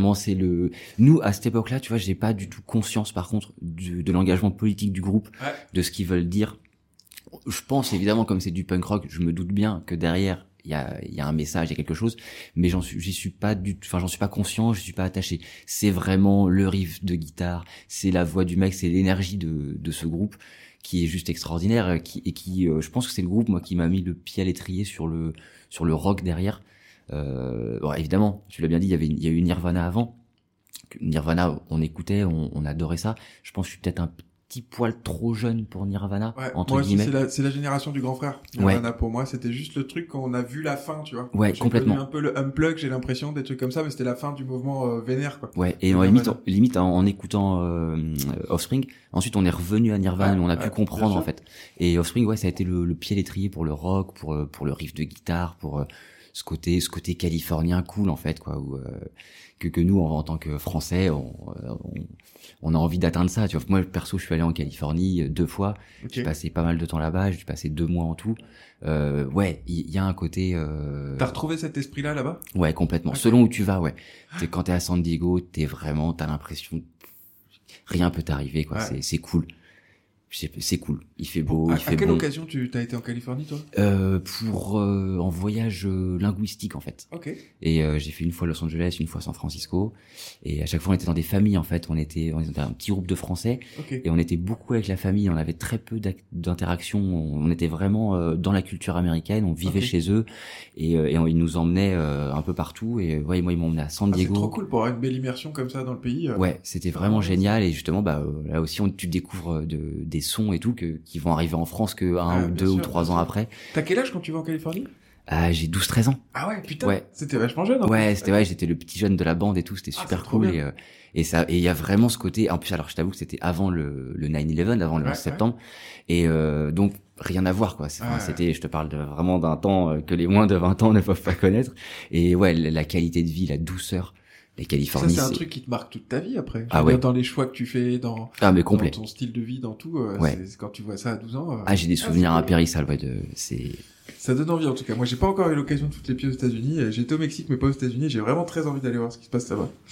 nous, à cette époque-là, tu vois, j'ai pas du tout conscience, par contre, de l'engagement politique du groupe, de ce qu'ils veulent dire. Je pense, évidemment, comme c'est du punk rock, je me doute bien que derrière, il y a un message, il y a quelque chose, mais j'en suis pas conscient, je suis pas attaché. C'est vraiment le riff de guitare, c'est la voix du mec, c'est l'énergie de ce groupe qui est juste extraordinaire, je pense que c'est le groupe, moi, qui m'a mis le pied à l'étrier sur le rock derrière. Bon, évidemment, tu l'as bien dit, il y a eu Nirvana avant. Nirvana, on écoutait, on adorait ça. Je pense que je suis peut-être petit poil trop jeune pour Nirvana, Ouais, entre moi aussi, guillemets. c'est la génération du grand frère. Nirvana, pour moi, c'était juste le truc quand on a vu la fin, tu vois. Ouais, J'ai complètement. connu un peu le unplug, j'ai l'impression, des trucs comme ça, mais c'était la fin du mouvement vénère, quoi. Ouais, et Nirvana. limite en écoutant Offspring, ensuite on est revenu à Nirvana, Ouais, on a ouais, pu bien comprendre sûr. en fait. Et Offspring, ouais, ça a été le pied à l'étrier pour le rock, pour le riff de guitare, pour ce côté californien cool en fait, quoi, où que nous en tant que Français, on a envie d'atteindre ça. Tu vois, moi perso, je suis allé en Californie 2 fois. Ok. J'ai passé pas mal de temps là-bas. J'ai passé 2 mois en tout. Ouais, il y a un côté. T'as retrouvé cet esprit-là, là-bas? Ouais, complètement. Okay. Selon où tu vas, ouais. Quand t'es à San Diego, t'as l'impression rien peut t'arriver, quoi. Ouais. C'est cool. C'est cool. Il fait beau, il fait À quelle bon. occasion t'as été en Californie, toi? Pour en voyage linguistique en fait. Ok. Et j'ai fait une fois Los Angeles, une fois San Francisco. Et à chaque fois on était dans des familles en fait. On était un petit groupe de Français Ok. et on était beaucoup avec la famille. On avait très peu d'interactions. On était vraiment dans la culture américaine. On vivait Ok. chez eux et ils nous emmenaient un peu partout. Et ouais, moi ils m'ont emmené à San Ah, c'est Diego. trop cool pour avoir une belle immersion comme ça dans le pays. Ouais, c'était vraiment génial et justement là aussi tu découvres des sons et tout qui vont arriver en France que Ah, ou bien 2 sûr, ou 3 bien ans sûr. après. T'as quel âge quand tu vas en Californie? Ah, j'ai 12-13 ans. Ah ouais, putain. Ouais. C'était vachement jeune. En Ouais, plus. c'était j'étais le petit jeune de la bande et tout, c'était Ah, super c'est trop cool bien. et il y a vraiment ce côté en plus alors je t'avoue que c'était avant le 9/11, avant le 11 Ouais, septembre et donc rien à voir quoi. Ouais. C'était je te parle vraiment d'un temps que les moins de 20 ans ne peuvent pas connaître et ouais, la qualité de vie, la douceur. La Ça, Californie, c'est un truc qui te marque toute ta vie après. Ah Je veux ouais. dire, dans les choix que tu fais, dans mais complet. ton style de vie, dans tout. Ouais. C'est quand tu vois ça à 12 ans. Ah, j'ai des souvenirs c'est cool. impérissables, ouais, c'est Ça donne envie en tout cas. Moi, j'ai pas encore eu l'occasion de foutre les pieds aux États-Unis. J'ai été au Mexique, mais pas aux États-Unis. J'ai vraiment très envie d'aller voir ce qui se passe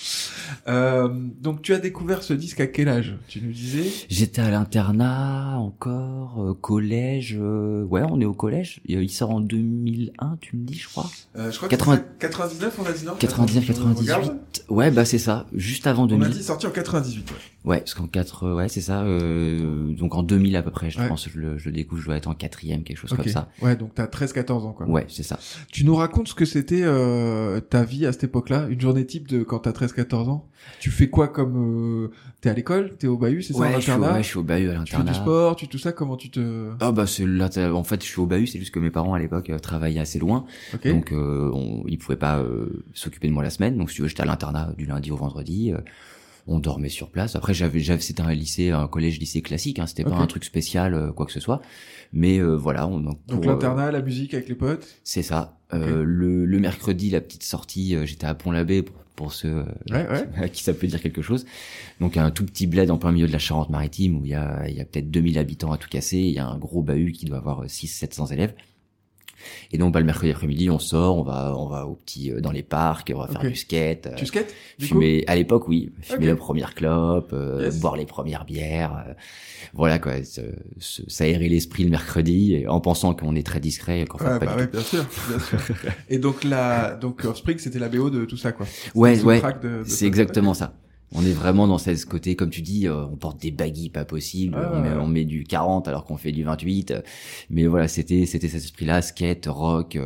là-bas. Donc, tu as découvert ce disque à quel âge? Tu nous disais? J'étais à l'internat encore, collège. Ouais, on est au collège. Il sort en 2001, tu me dis, je crois. Je crois 80 que c'est 99, on a dit non? 99, Attends, je regarde. 98. Ouais, bah c'est ça. Juste avant On 2000. a dit sorti en 98. Ouais. Ouais, parce qu'en 4, ouais, c'est ça. Donc en 2000 à peu près, je Ouais. pense. Je le découvre. Je dois être en 4e, quelque chose Ok. comme ça. Ouais, donc t'as 13-14 ans, quoi. Ouais, c'est ça. Tu nous racontes ce que c'était ta vie à cette époque-là, une journée type de quand t'as 13-14 ans. Tu fais quoi comme t'es à l'école, t'es au bahut, c'est ça, en Ouais, internat? je suis au bahut à Tu fais du l'internat. sport, tu tout ça, comment tu te... Ah bah c'est là. En fait, je suis au bahut. C'est juste que mes parents à l'époque travaillaient assez loin. Ok. Donc ils pouvaient pas s'occuper de moi la semaine. Donc si tu veux, j'étais à l'internat du lundi au vendredi. On dormait sur place. Après c'était un collège-lycée classique. C'était Ok. pas un truc spécial, quoi que ce soit. Mais voilà. Donc l'internat, la musique avec les potes. C'est ça. Le mercredi, la petite sortie, j'étais à Pont-l'Abbé pour ceux Ouais. à qui ça peut dire quelque chose. Donc un tout petit bled en plein milieu de la Charente-Maritime où il y a peut-être 2000 habitants à tout casser. Il y a un gros bahut qui doit avoir 600-700 élèves. Et donc, le mercredi après-midi, on sort, on va au petit, dans les parcs, on va faire Ok. du skate. Tu skates, du coup? Fumer, à l'époque, oui. Fumer Ok. la première clope, Yes. boire les premières bières. Voilà, quoi. S'aérer l'esprit le mercredi, et en pensant qu'on est très discret, qu'en fait, Ouais, pas bah du ouais, tout. bien sûr. Et donc Offspring, c'était la BO de tout ça, quoi. C'était Ouais, le ouais. soundtrack de C'est ça. exactement ça. On est vraiment dans ce côté, comme tu dis, on porte des baggy pas possible, Ah, ouais. on met du 40 alors qu'on fait du 28. Mais voilà, c'était cet esprit-là, skate, rock,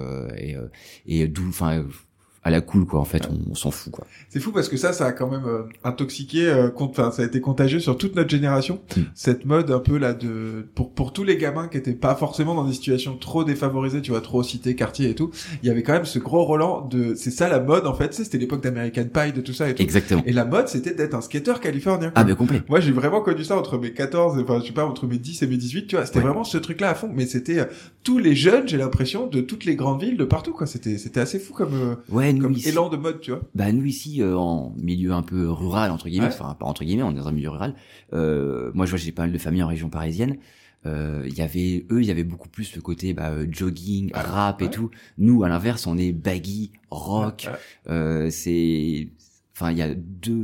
et d'où, enfin, à la cool, quoi. En fait, on s'en fout, quoi. C'est fou parce que ça a quand même intoxiqué, enfin ça a été contagieux sur toute notre génération. Cette mode un peu là pour tous les gamins qui étaient pas forcément dans des situations trop défavorisées, tu vois, trop cité, quartier et tout. Il y avait quand même ce gros Roland c'est ça la mode en fait. C'était l'époque d'American Pie, de tout ça et tout. Exactement. Et la mode c'était d'être un skater californien. Ah, mais complet. Moi, j'ai vraiment connu ça entre mes 14, enfin, je sais pas, entre mes 10 et mes 18, tu vois. C'était Ouais. vraiment ce truc-là à fond. Mais c'était tous les jeunes, j'ai l'impression, de toutes les grandes villes, de partout, quoi. C'était assez fou Ouais, nous comme ici, élan de mode, tu vois. bah nous ici en milieu un peu rural entre guillemets, Ouais. enfin pas entre guillemets, on est dans un milieu rural. Moi, je vois, j'ai pas mal de familles en région parisienne. Il y avait beaucoup plus le côté jogging, Ouais. rap et Ouais. tout. Nous, à l'inverse, on est baggy, rock. Ouais. Enfin, il y a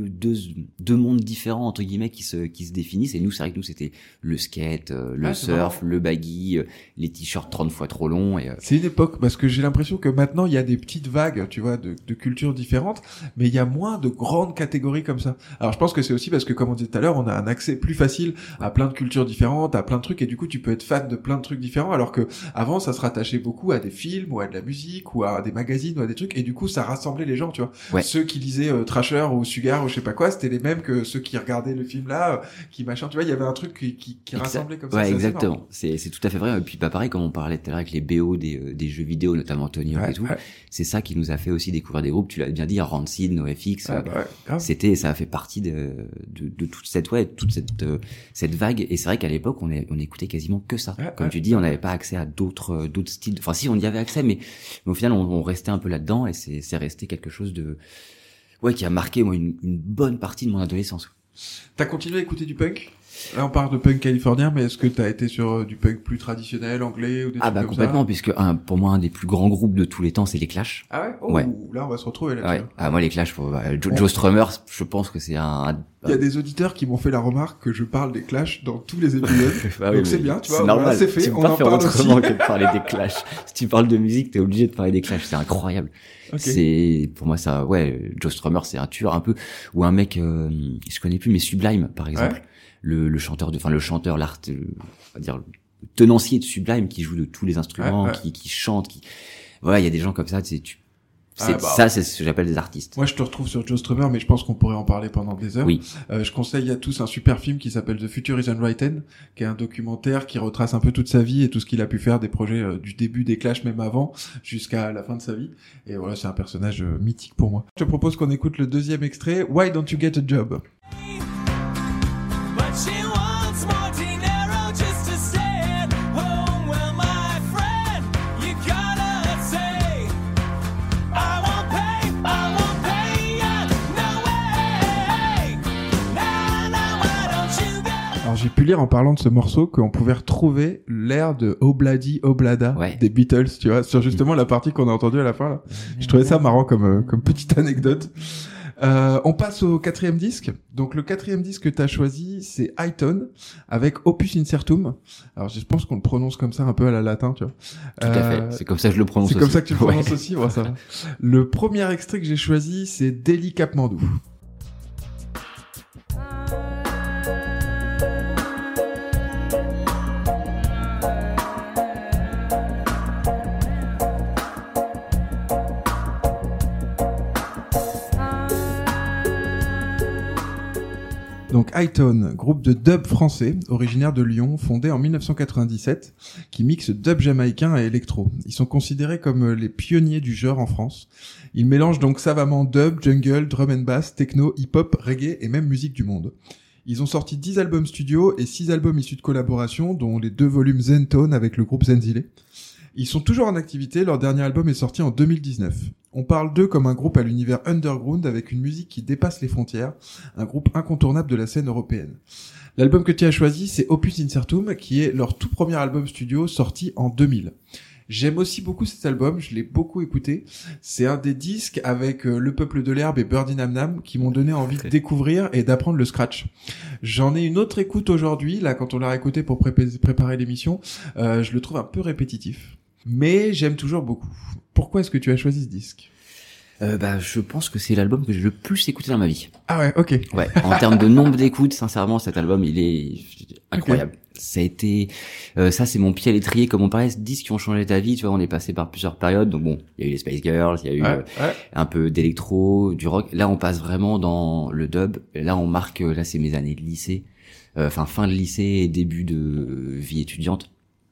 deux mondes différents entre guillemets qui se définissent. Et nous, c'est vrai que nous, c'était le skate, le Ah, c'est surf, marrant. le baggy, les t-shirts 30 fois trop longs. Et C'est une époque, parce que j'ai l'impression que maintenant, il y a des petites vagues, tu vois, de cultures différentes, mais il y a moins de grandes catégories comme ça. Alors, je pense que c'est aussi parce que, comme on disait tout à l'heure, on a un accès plus facile à plein de cultures différentes, à plein de trucs, et du coup, tu peux être fan de plein de trucs différents, alors que avant, ça se rattachait beaucoup à des films, ou à de la musique, ou à des magazines, ou à des trucs, et du coup, ça rassemblait les gens, tu vois. Ouais. Ceux qui lisaient Trash Thrasher ou Sugar ou je sais pas quoi, c'était les mêmes que ceux qui regardaient le film là, qui machin, tu vois, il y avait un truc qui rassemblait comme ça. Ouais, exactement. C'est tout à fait vrai. Et puis pareil, comme on parlait tout à l'heure avec les BO des jeux vidéo, notamment Tony Hawk et tout, c'est ça qui nous a fait aussi découvrir des groupes. Tu l'as bien dit, Rancid, NoFX. Ça a fait partie de toute cette vague. Et c'est vrai qu'à l'époque, on écoutait quasiment que ça. Comme tu dis, on n'avait pas accès à d'autres styles. Enfin, si, on y avait accès, mais au final, on restait un peu là-dedans et c'est resté quelque chose qui a marqué moi une bonne partie de mon adolescence. T'as continué à écouter du punk? Là, on parle de punk californien, mais est-ce que t'as été sur du punk plus traditionnel, anglais ou des trucs comme complètement, ça? puisque pour moi un des plus grands groupes de tous les temps, c'est les Clash. Ah ouais? Ouais. Là, on va se retrouver là-dessus. Ouais. Moi les Clash, Joe Strummer, je pense que c'est un. Il y a des auditeurs qui m'ont fait la remarque que je parle des Clash dans tous les épisodes. Donc c'est bien, tu vois. C'est normal. C'est fait. Tu peux on pas en faire parle autrement aussi. que de parler des Clash. Si tu parles de musique, t'es obligé de parler des Clash. C'est incroyable. Okay. C'est pour moi ça. Joe Strummer, c'est un tueur un peu, ou un mec, je connais plus, mais Sublime par exemple. Ouais. Le chanteur, on va dire, le tenancier de Sublime qui joue de tous les instruments, qui chante, il y a des gens comme ça, c'est ce que j'appelle des artistes. Moi, je te retrouve sur Joe Strummer, mais je pense qu'on pourrait en parler pendant des heures. Oui. Je conseille à tous un super film qui s'appelle The Future is Unwritten, qui est un documentaire qui retrace un peu toute sa vie et tout ce qu'il a pu faire, des projets du début des Clash, même avant, jusqu'à la fin de sa vie. Et voilà, c'est un personnage mythique pour moi. Je te propose qu'on écoute le deuxième extrait, Why Don't You Get a Job? She wants more dinero just to stay at home. Well, my friend, you gotta say, I won't pay ya, no way. Now, why don't you get... Alors j'ai pu lire en parlant de ce morceau qu'on pouvait retrouver l'air de Obladi Oblada des Beatles, tu vois, sur justement la partie qu'on a entendue à la fin là. Je trouvais ça marrant comme petite anecdote. On passe au quatrième disque. Donc le quatrième disque que t'as choisi, c'est Hi-Tone avec Opus Incertum. Alors je pense qu'on le prononce comme ça un peu à la latin, tu vois. Tout à fait. C'est comme ça que je le prononce. C'est comme ça que tu le prononces aussi. Bon, ça va. Le premier extrait que j'ai choisi, c'est Delhi Katmandou. Donc Hi-Tone, groupe de dub français, originaire de Lyon, fondé en 1997, qui mixe dub jamaïcain et électro. Ils sont considérés comme les pionniers du genre en France. Ils mélangent donc savamment dub, jungle, drum and bass, techno, hip-hop, reggae et même musique du monde. Ils ont sorti 10 albums studio et 6 albums issus de collaboration, dont les 2 volumes Zentone avec le groupe Zenzile. Ils sont toujours en activité, leur dernier album est sorti en 2019. On parle d'eux comme un groupe à l'univers underground avec une musique qui dépasse les frontières, un groupe incontournable de la scène européenne. L'album que tu as choisi, c'est Opus Incertum, qui est leur tout premier album studio sorti en 2000. J'aime aussi beaucoup cet album, je l'ai beaucoup écouté. C'est un des disques avec Le Peuple de l'Herbe et Birdie Nam Nam qui m'ont donné envie de découvrir et d'apprendre le scratch. J'en ai une autre écoute aujourd'hui, là quand on l'a écouté pour préparer l'émission, je le trouve un peu répétitif. Mais j'aime toujours beaucoup. Pourquoi est-ce que tu as choisi ce disque ? Je pense que c'est l'album que j'ai le plus écouté dans ma vie. Ah ouais, ok. Ouais, en termes de nombre d'écoutes, sincèrement, cet album, il est incroyable. Okay. Ça a été, ça c'est mon pied à l'étrier, comme on parlait, ce disque qui ont changé ta vie, tu vois, on est passé par plusieurs périodes, donc bon, il y a eu les Spice Girls, il y a eu un peu d'électro, du rock, là on passe vraiment dans le dub, là on marque, là c'est mes années de lycée, fin de lycée et début de vie étudiante.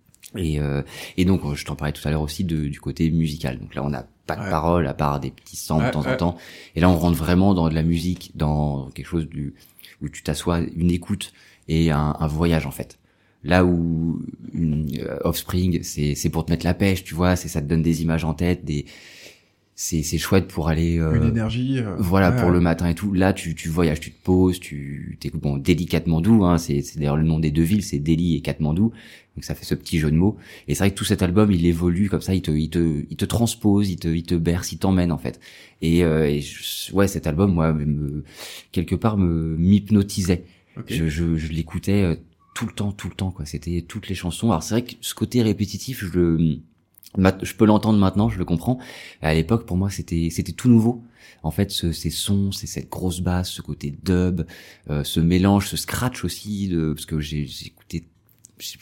Et donc, je t'en parlais tout à l'heure aussi du côté musical. Donc là, on n'a pas de paroles à part des petits samples de temps en temps. Et là, on rentre vraiment dans de la musique, dans quelque chose où tu t'assois, une écoute et un voyage en fait. Là où Offspring, c'est pour te mettre la pêche, tu vois, ça te donne des images en tête, c'est chouette pour aller une énergie pour le matin et tout. Là tu voyages, tu te poses, tu t'écoutes. Bon, Delhi Katmandou, hein, c'est d'ailleurs le nom des 2 villes, c'est Delhi et Katmandou, donc ça fait ce petit jeu de mots. Et c'est vrai que tout cet album il évolue comme ça, il te transpose, il te berce, il t'emmène en fait. Et cet album moi quelque part m'hypnotisait. Okay. Je l'écoutais tout le temps quoi, c'était toutes les chansons. Alors c'est vrai que ce côté répétitif je peux l'entendre maintenant, je le comprends. À l'époque, pour moi, c'était tout nouveau. En fait, ces sons, c'est cette grosse basse, ce côté dub, ce mélange, ce scratch aussi, parce que j'ai écouté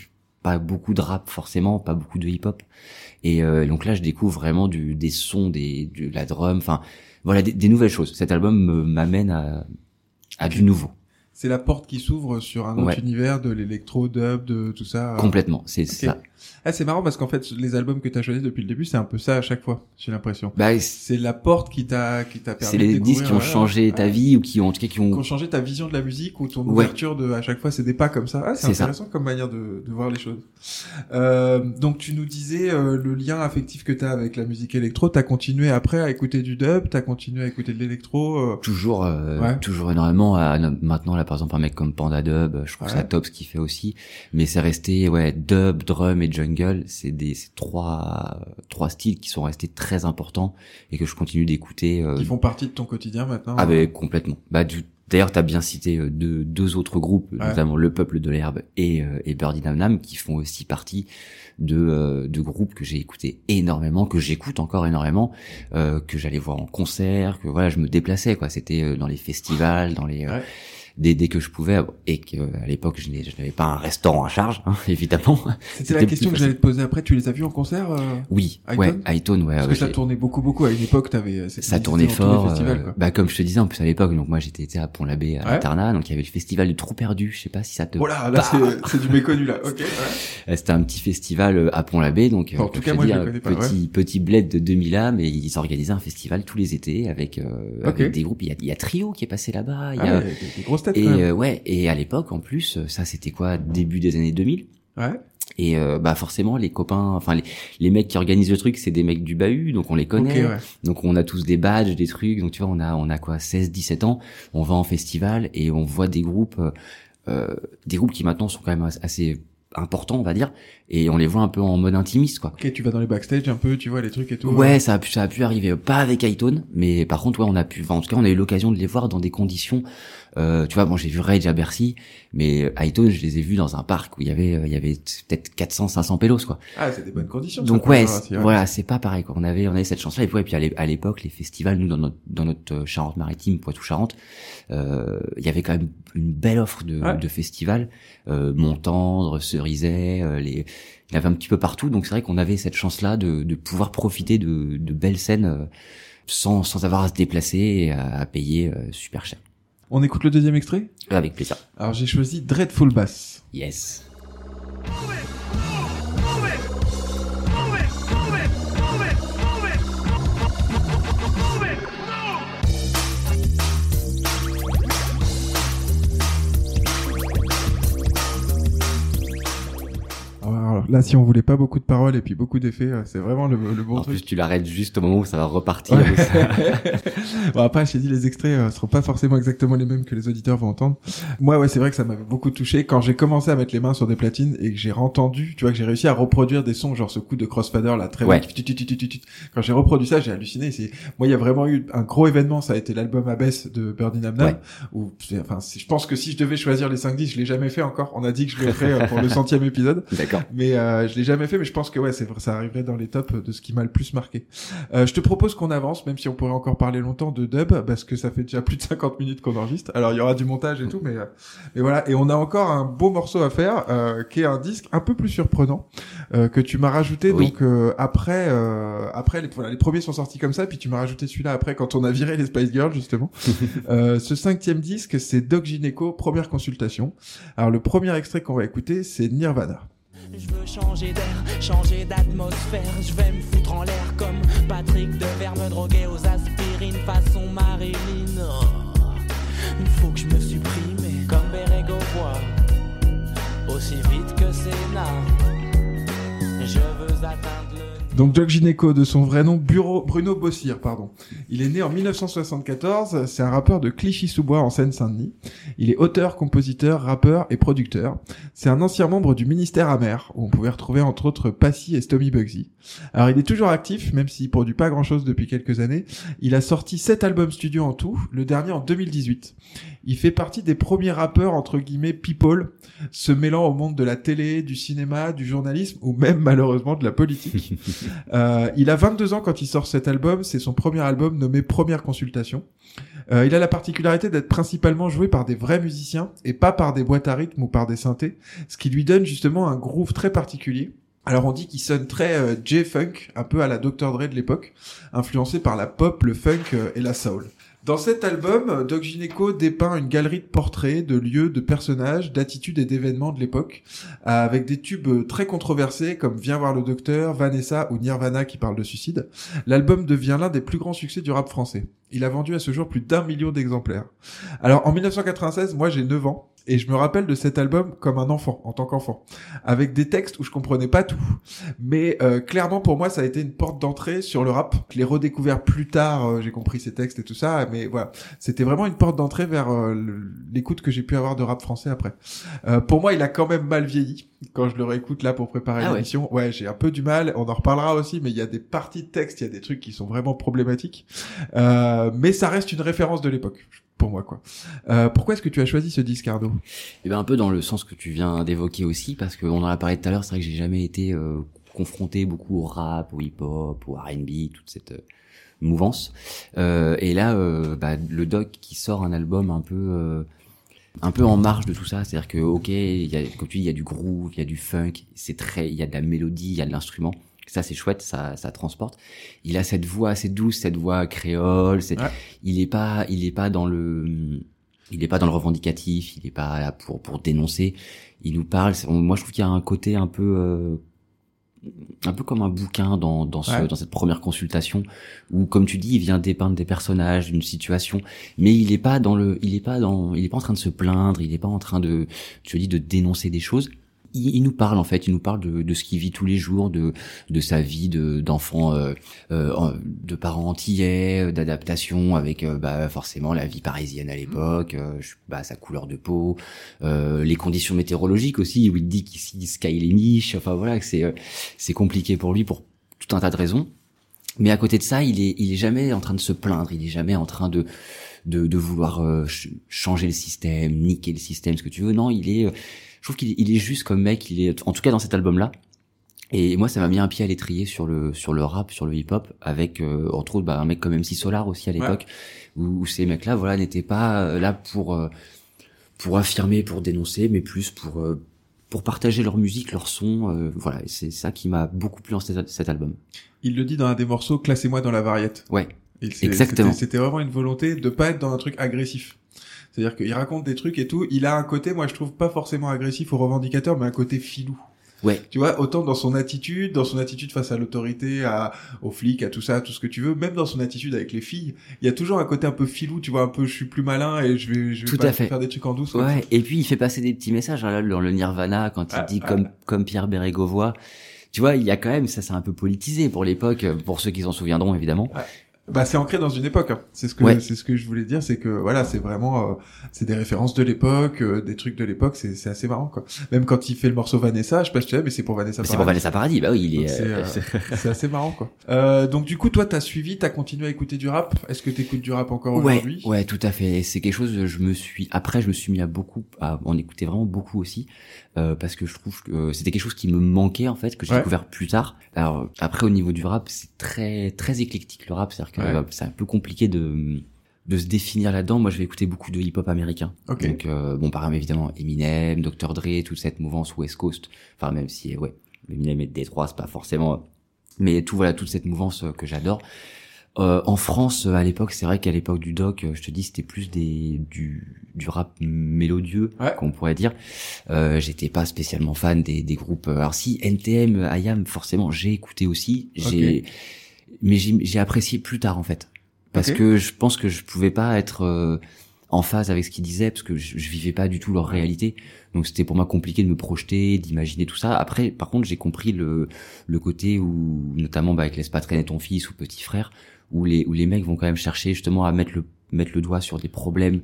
pas beaucoup de rap forcément, pas beaucoup de hip-hop. Et donc là, je découvre vraiment des sons, de la drum, enfin voilà, des nouvelles choses. Cet album m'amène à du nouveau. C'est la porte qui s'ouvre sur un autre univers de l'électro, dub, de tout ça. Complètement, c'est ça. Ah, c'est marrant parce qu'en fait, les albums que t'as choisis depuis le début, c'est un peu ça à chaque fois, j'ai l'impression. Bah, c'est la porte qui t'a permis c'est les disques qui ont changé ta vie ou qui ont changé ta vision de la musique ou ton ouverture à chaque fois, c'est des pas comme ça. Ah, c'est intéressant comme manière de voir les choses. Donc tu nous disais le lien affectif que t'as avec la musique électro, t'as continué après à écouter du dub, t'as continué à écouter de l'électro. Toujours énormément. Maintenant là, par exemple, un mec comme Panda Dub, je trouve ça top ce qu'il fait aussi. Mais c'est resté dub, drum et jungle. C'est trois styles qui sont restés très importants et que je continue d'écouter. Qui font partie de ton quotidien maintenant. Ah ben complètement. D'ailleurs, t'as bien cité deux autres groupes, notamment Le Peuple de l'Herbe et Birdie Nam Nam, qui font aussi partie de groupes que j'ai écouté énormément, que j'écoute encore énormément, que j'allais voir en concert, que voilà, je me déplaçais quoi. C'était dans les festivals, dans les dès que je pouvais, et que à l'époque je n'avais pas un restaurant à charge, évidemment. C'était la question que j'allais te poser après. Tu les as vus en concert? Oui, Hightown, Parce que ça tournait beaucoup. À une époque, ça tournait fort. Comme je te disais, en plus à l'époque, donc moi j'étais à Pont-l'Abbé à l'internat, donc il y avait le festival du Trou Perdu. Je sais pas si ça te. Voilà, là c'est du méconnu là. Ok. C'était un petit festival à Pont-l'Abbé, donc en tout cas moi je le connais pas. Petit bled de 2000 âmes, et ils organisaient un festival tous les étés avec des groupes. Il y a Trio qui est passé là-bas. Il y a des grosses têtes. Et à l'époque en plus, ça c'était quoi, début des années 2000. Et forcément les copains, enfin les mecs qui organisent le truc, c'est des mecs du bahut, donc on les connaît. Donc on a tous des badges, des trucs. Donc tu vois, on a quoi, 16-17 ans, on va en festival et on voit des groupes qui maintenant sont quand même assez importants, on va dire, et on les voit un peu en mode intimiste quoi. Ok, tu vas dans les backstage un peu, tu vois les trucs et tout. Ouais, ça a pu arriver, pas avec Hightown, mais par contre on a eu l'occasion de les voir dans des conditions. Tu vois, j'ai vu Rage à Bercy, mais Hightown, je les ai vus dans un parc où il y avait peut-être 400-500 pélos quoi. Ah, c'est des bonnes conditions. Donc voilà, c'est pas pareil quoi. On avait cette chance-là, et puis à l'époque les festivals, nous dans notre Charente-Maritime, Poitou-Charentes, il y avait quand même une belle offre de festivals, Montendre, Cerizay, il y avait un petit peu partout, donc c'est vrai qu'on avait cette chance-là de pouvoir profiter de belles scènes sans avoir à se déplacer et à payer super cher. On écoute le deuxième extrait ? Avec plaisir. Alors j'ai choisi Dreadful Bass. Yes. Alors là, si on voulait pas beaucoup de paroles et puis beaucoup d'effets, c'est vraiment le bon truc. En plus, tu l'arrêtes juste au moment où ça va repartir. Bon, après, j'ai dit, les extraits seront pas forcément exactement les mêmes que les auditeurs vont entendre. Moi, c'est vrai que ça m'avait beaucoup touché quand j'ai commencé à mettre les mains sur des platines et que j'ai entendu, tu vois, que j'ai réussi à reproduire des sons, genre ce coup de crossfader là, très Quand j'ai reproduit ça, j'ai halluciné. Moi, il y a vraiment eu un gros événement, ça a été l'album Abyss de Birdie Nam Nam, où, je pense que si je devais choisir les 5 disques, je l'ai jamais fait encore. On a dit que je le ferais pour le 100e épisode. D'accord. Mais je l'ai jamais fait, mais je pense que c'est vrai, ça arriverait dans les tops de ce qui m'a le plus marqué. Je te propose qu'on avance, même si on pourrait encore parler longtemps de dub, parce que ça fait déjà plus de 50 minutes qu'on enregistre. Alors il y aura du montage et tout, mais voilà. Et on a encore un beau morceau à faire, qui est un disque un peu plus surprenant, que tu m'as rajouté. Oui. Donc après les premiers sont sortis comme ça, puis tu m'as rajouté celui-là après quand on a viré les Spice Girls justement. Ce 5e disque, c'est Doc Gineco, Première Consultation. Alors le premier extrait qu'on va écouter, c'est Nirvana. Je veux changer d'air, changer d'atmosphère. Je vais me foutre en l'air comme Patrick Devers, me droguer aux aspirines façon Marilyn. Oh, il faut que je me supprime comme Bérégovois, aussi vite que Sénat. Je veux atteindre le... Donc Doc Gineco, de son vrai nom Bruno Bossir, pardon. Il est né en 1974, c'est un rappeur de Clichy-sous-Bois en Seine-Saint-Denis. Il est auteur, compositeur, rappeur et producteur. C'est un ancien membre du Ministère Amer, où on pouvait retrouver entre autres Passy et Stomy Bugsy. Alors il est toujours actif, même s'il produit pas grand-chose depuis quelques années. Il a sorti 7 albums studio en tout, le dernier en 2018. Il fait partie des premiers rappeurs entre guillemets people, se mêlant au monde de la télé, du cinéma, du journalisme ou même malheureusement de la politique. Il a 22 ans quand il sort cet album. C'est son premier album nommé Première Consultation. Il a la particularité d'être principalement joué par des vrais musiciens et pas par des boîtes à rythme ou par des synthés, ce qui lui donne justement un groove très particulier. Alors on dit qu'il sonne très J-funk, un peu à la Dr. Dre de l'époque, influencé par la pop, le funk et la soul. Dans cet album, Doc Gineco dépeint une galerie de portraits, de lieux, de personnages, d'attitudes et d'événements de l'époque, avec des tubes très controversés comme Viens voir le docteur, Vanessa ou Nirvana qui parle de suicide. L'album devient l'un des plus grands succès du rap français. Il a vendu à ce jour plus d'1 million d'exemplaires. Alors en 1996, moi j'ai 9 ans, et je me rappelle de cet album comme un enfant, en tant qu'enfant, avec des textes où je comprenais pas tout. Mais clairement pour moi ça a été une porte d'entrée sur le rap. Je l'ai redécouvert plus tard, j'ai compris ces textes et tout ça, mais voilà, c'était vraiment une porte d'entrée vers l'écoute que j'ai pu avoir de rap français après. Pour moi il a quand même mal vieilli, quand je le réécoute là pour préparer l'émission. Ouais, j'ai un peu du mal, on en reparlera aussi, mais il y a des parties de texte, il y a des trucs qui sont vraiment problématiques. Mais ça reste une référence de l'époque. Pour moi, quoi. Pourquoi est-ce que tu as choisi ce disque, Arnaud ? Eh ben un peu dans le sens que tu viens d'évoquer aussi, parce qu'on en a parlé tout à l'heure. C'est vrai que j'ai jamais été confronté beaucoup au rap, au hip-hop, au R&B, toute cette mouvance. Et là, le Doc qui sort un album un peu en marge de tout ça, c'est-à-dire que ok, il y a, comme tu dis, il y a du groove, il y a du funk, il y a de la mélodie, il y a de l'instrument. Ça c'est chouette, ça transporte. Il a cette voix assez douce, cette voix créole. Il est pas dans le revendicatif. Il est pas là pour dénoncer. Il nous parle. Moi je trouve qu'il y a un côté un peu comme un bouquin dans cette première consultation où, comme tu dis, il vient dépeindre des personnages, une situation, mais il est pas en train de se plaindre. Il est pas en train de dénoncer des choses. Il nous parle en fait, il nous parle de ce qu'il vit tous les jours, de sa vie d'enfant, de parents antillais, d'adaptation avec forcément la vie parisienne à l'époque, sa couleur de peau, les conditions météorologiques aussi, où il dit qu'ici sky les niches, enfin voilà, que c'est compliqué pour lui pour tout un tas de raisons. Mais à côté de ça, il est jamais en train de se plaindre, il est jamais en train de vouloir changer le système, niquer le système, ce que tu veux. Non, je trouve qu'il est juste comme mec, en tout cas dans cet album-là. Et moi, ça m'a mis un pied à l'étrier sur le rap, sur le hip-hop, avec entre autres un mec comme MC Solar aussi à l'époque, où ces mecs-là, voilà, n'étaient pas là pour affirmer, pour dénoncer, mais plus pour partager leur musique, leur son. Voilà, et c'est ça qui m'a beaucoup plu dans cet album. Il le dit dans un des morceaux, classez-moi dans la variette. Ouais, exactement. C'était vraiment une volonté de pas être dans un truc agressif. C'est-à-dire qu'il raconte des trucs et tout. Il a un côté, moi je trouve pas forcément agressif ou revendicateur, mais un côté filou. Ouais. Tu vois, autant dans son attitude face à l'autorité, aux flics, à tout ça, à tout ce que tu veux, même dans son attitude avec les filles, il y a toujours un côté un peu filou, tu vois, un peu je suis plus malin et je vais tout pas à fait faire des trucs en douce. Ouais. Et puis il fait passer des petits messages, là, dans le Nirvana, quand il dit comme Pierre Bérégovoy. Tu vois, il y a quand même, ça c'est un peu politisé pour l'époque, pour ceux qui s'en souviendront évidemment. Ouais. C'est ancré dans une époque, hein. C'est ce que je voulais dire, c'est que voilà, c'est vraiment c'est des références de l'époque, des trucs de l'époque, c'est assez marrant quoi. Même quand il fait le morceau Vanessa, je sais pas si tu sais, mais c'est pour Vanessa Paradis. C'est pour Vanessa Paradis, bah oui, il est c'est assez marrant quoi. Donc du coup toi t'as continué à écouter du rap. Est-ce que t'écoutes du rap encore aujourd'hui? Ouais, tout à fait. C'est quelque chose je me suis mis à en écouter vraiment beaucoup aussi parce que je trouve que c'était quelque chose qui me manquait en fait, que j'ai découvert plus tard. Alors après au niveau du rap, c'est très très éclectique le rap, c'est-à-dire que c'est un peu compliqué de se définir là-dedans. Moi, je vais écouter beaucoup de hip-hop américain. Okay. Donc, par exemple, évidemment, Eminem, Dr. Dre, toute cette mouvance West Coast. Enfin, même si, Eminem et Détroit, c'est pas forcément... Mais toute cette mouvance que j'adore. En France, à l'époque, c'est vrai qu'à l'époque du Doc, je te dis, c'était plus du rap mélodieux, qu'on pourrait dire. J'étais pas spécialement fan des groupes... Alors si, NTM, IAM, forcément, j'ai écouté aussi. Mais j'ai apprécié plus tard en fait, parce que je pense que je pouvais pas être en phase avec ce qu'ils disaient, parce que je vivais pas du tout leur réalité, donc c'était pour moi compliqué de me projeter, d'imaginer tout ça. Après par contre j'ai compris le côté où notamment avec Laisse pas traîner ton fils ou Petit Frère, où les mecs vont quand même chercher justement à mettre le doigt sur des problèmes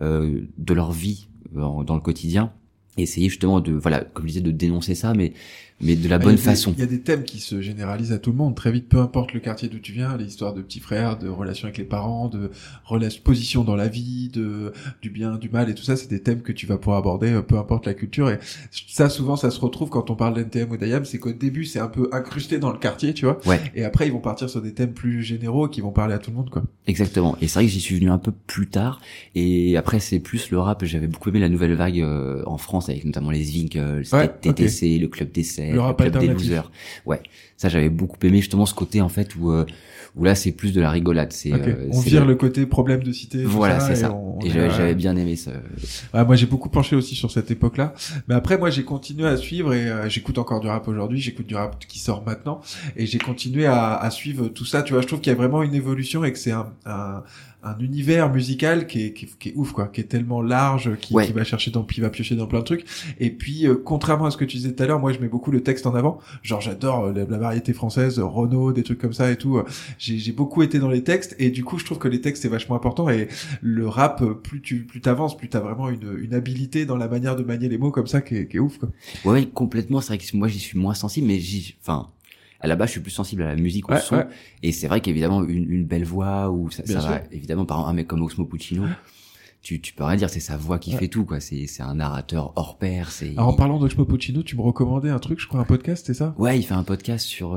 de leur vie dans le quotidien, et essayer justement comme je disais, de dénoncer ça, mais mais de la Ah, bonne il y a des- façon. Il y a des thèmes qui se généralisent à tout le monde très vite, peu importe le quartier d'où tu viens, les histoires de petits frères, de relations avec les parents, de position dans la vie, du bien, du mal et tout ça, c'est des thèmes que tu vas pouvoir aborder, peu importe la culture. Et ça, souvent, ça se retrouve quand on parle d'NTM ou d'IAM, c'est qu'au début, c'est un peu incrusté dans le quartier, tu vois. Ouais. Et après, ils vont partir sur des thèmes plus généraux qui vont parler à tout le monde, quoi. Exactement. Et c'est vrai que j'y suis venu un peu plus tard. Et après, c'est plus le rap. J'avais beaucoup aimé la nouvelle vague en France, avec notamment les Winkles, Ouais, TTC, le Club des 7, Le le rap Club des alternatif. Losers. Ouais. Ça, j'avais beaucoup aimé justement ce côté, en fait, où là, c'est plus de la rigolade. C'est, Ok. On c'est vire le côté problème de cité. tout Voilà, ça, c'est et ça. on Et est- j'avais bien aimé ça. Ouais, moi j'ai beaucoup penché aussi sur cette époque-là, mais après moi j'ai continué à suivre et j'écoute encore du rap aujourd'hui, j'écoute du rap qui sort maintenant et j'ai continué à suivre tout ça, tu vois, je trouve qu'il y a vraiment une évolution et que c'est un univers musical qui est ouf quoi, qui est tellement large, qui va chercher qui va piocher dans plein de trucs. Et puis contrairement à ce que tu disais tout à l'heure, moi je mets beaucoup le texte en avant, genre j'adore la variété française, Renaud, des trucs comme ça et tout. J'ai beaucoup été dans les textes et du coup je trouve que les textes c'est vachement important et le rap plus t'avances, plus t'as vraiment une habilité dans la manière de manier les mots comme ça qui est ouf quoi. Ouais, complètement. C'est vrai que moi j'y suis moins sensible, mais à la base, je suis plus sensible à la musique, au son. Ouais. Et c'est vrai qu'évidemment, une belle voix, ou ça Bien sûr. va, évidemment, par exemple, un mec comme Oxmo Puccino, tu peux rien dire, c'est sa voix qui fait tout, quoi. C'est un narrateur hors pair, Alors en parlant d'Oxmo Puccino, tu me recommandais un truc, je crois, un podcast, c'est ça? Ouais, il fait un podcast sur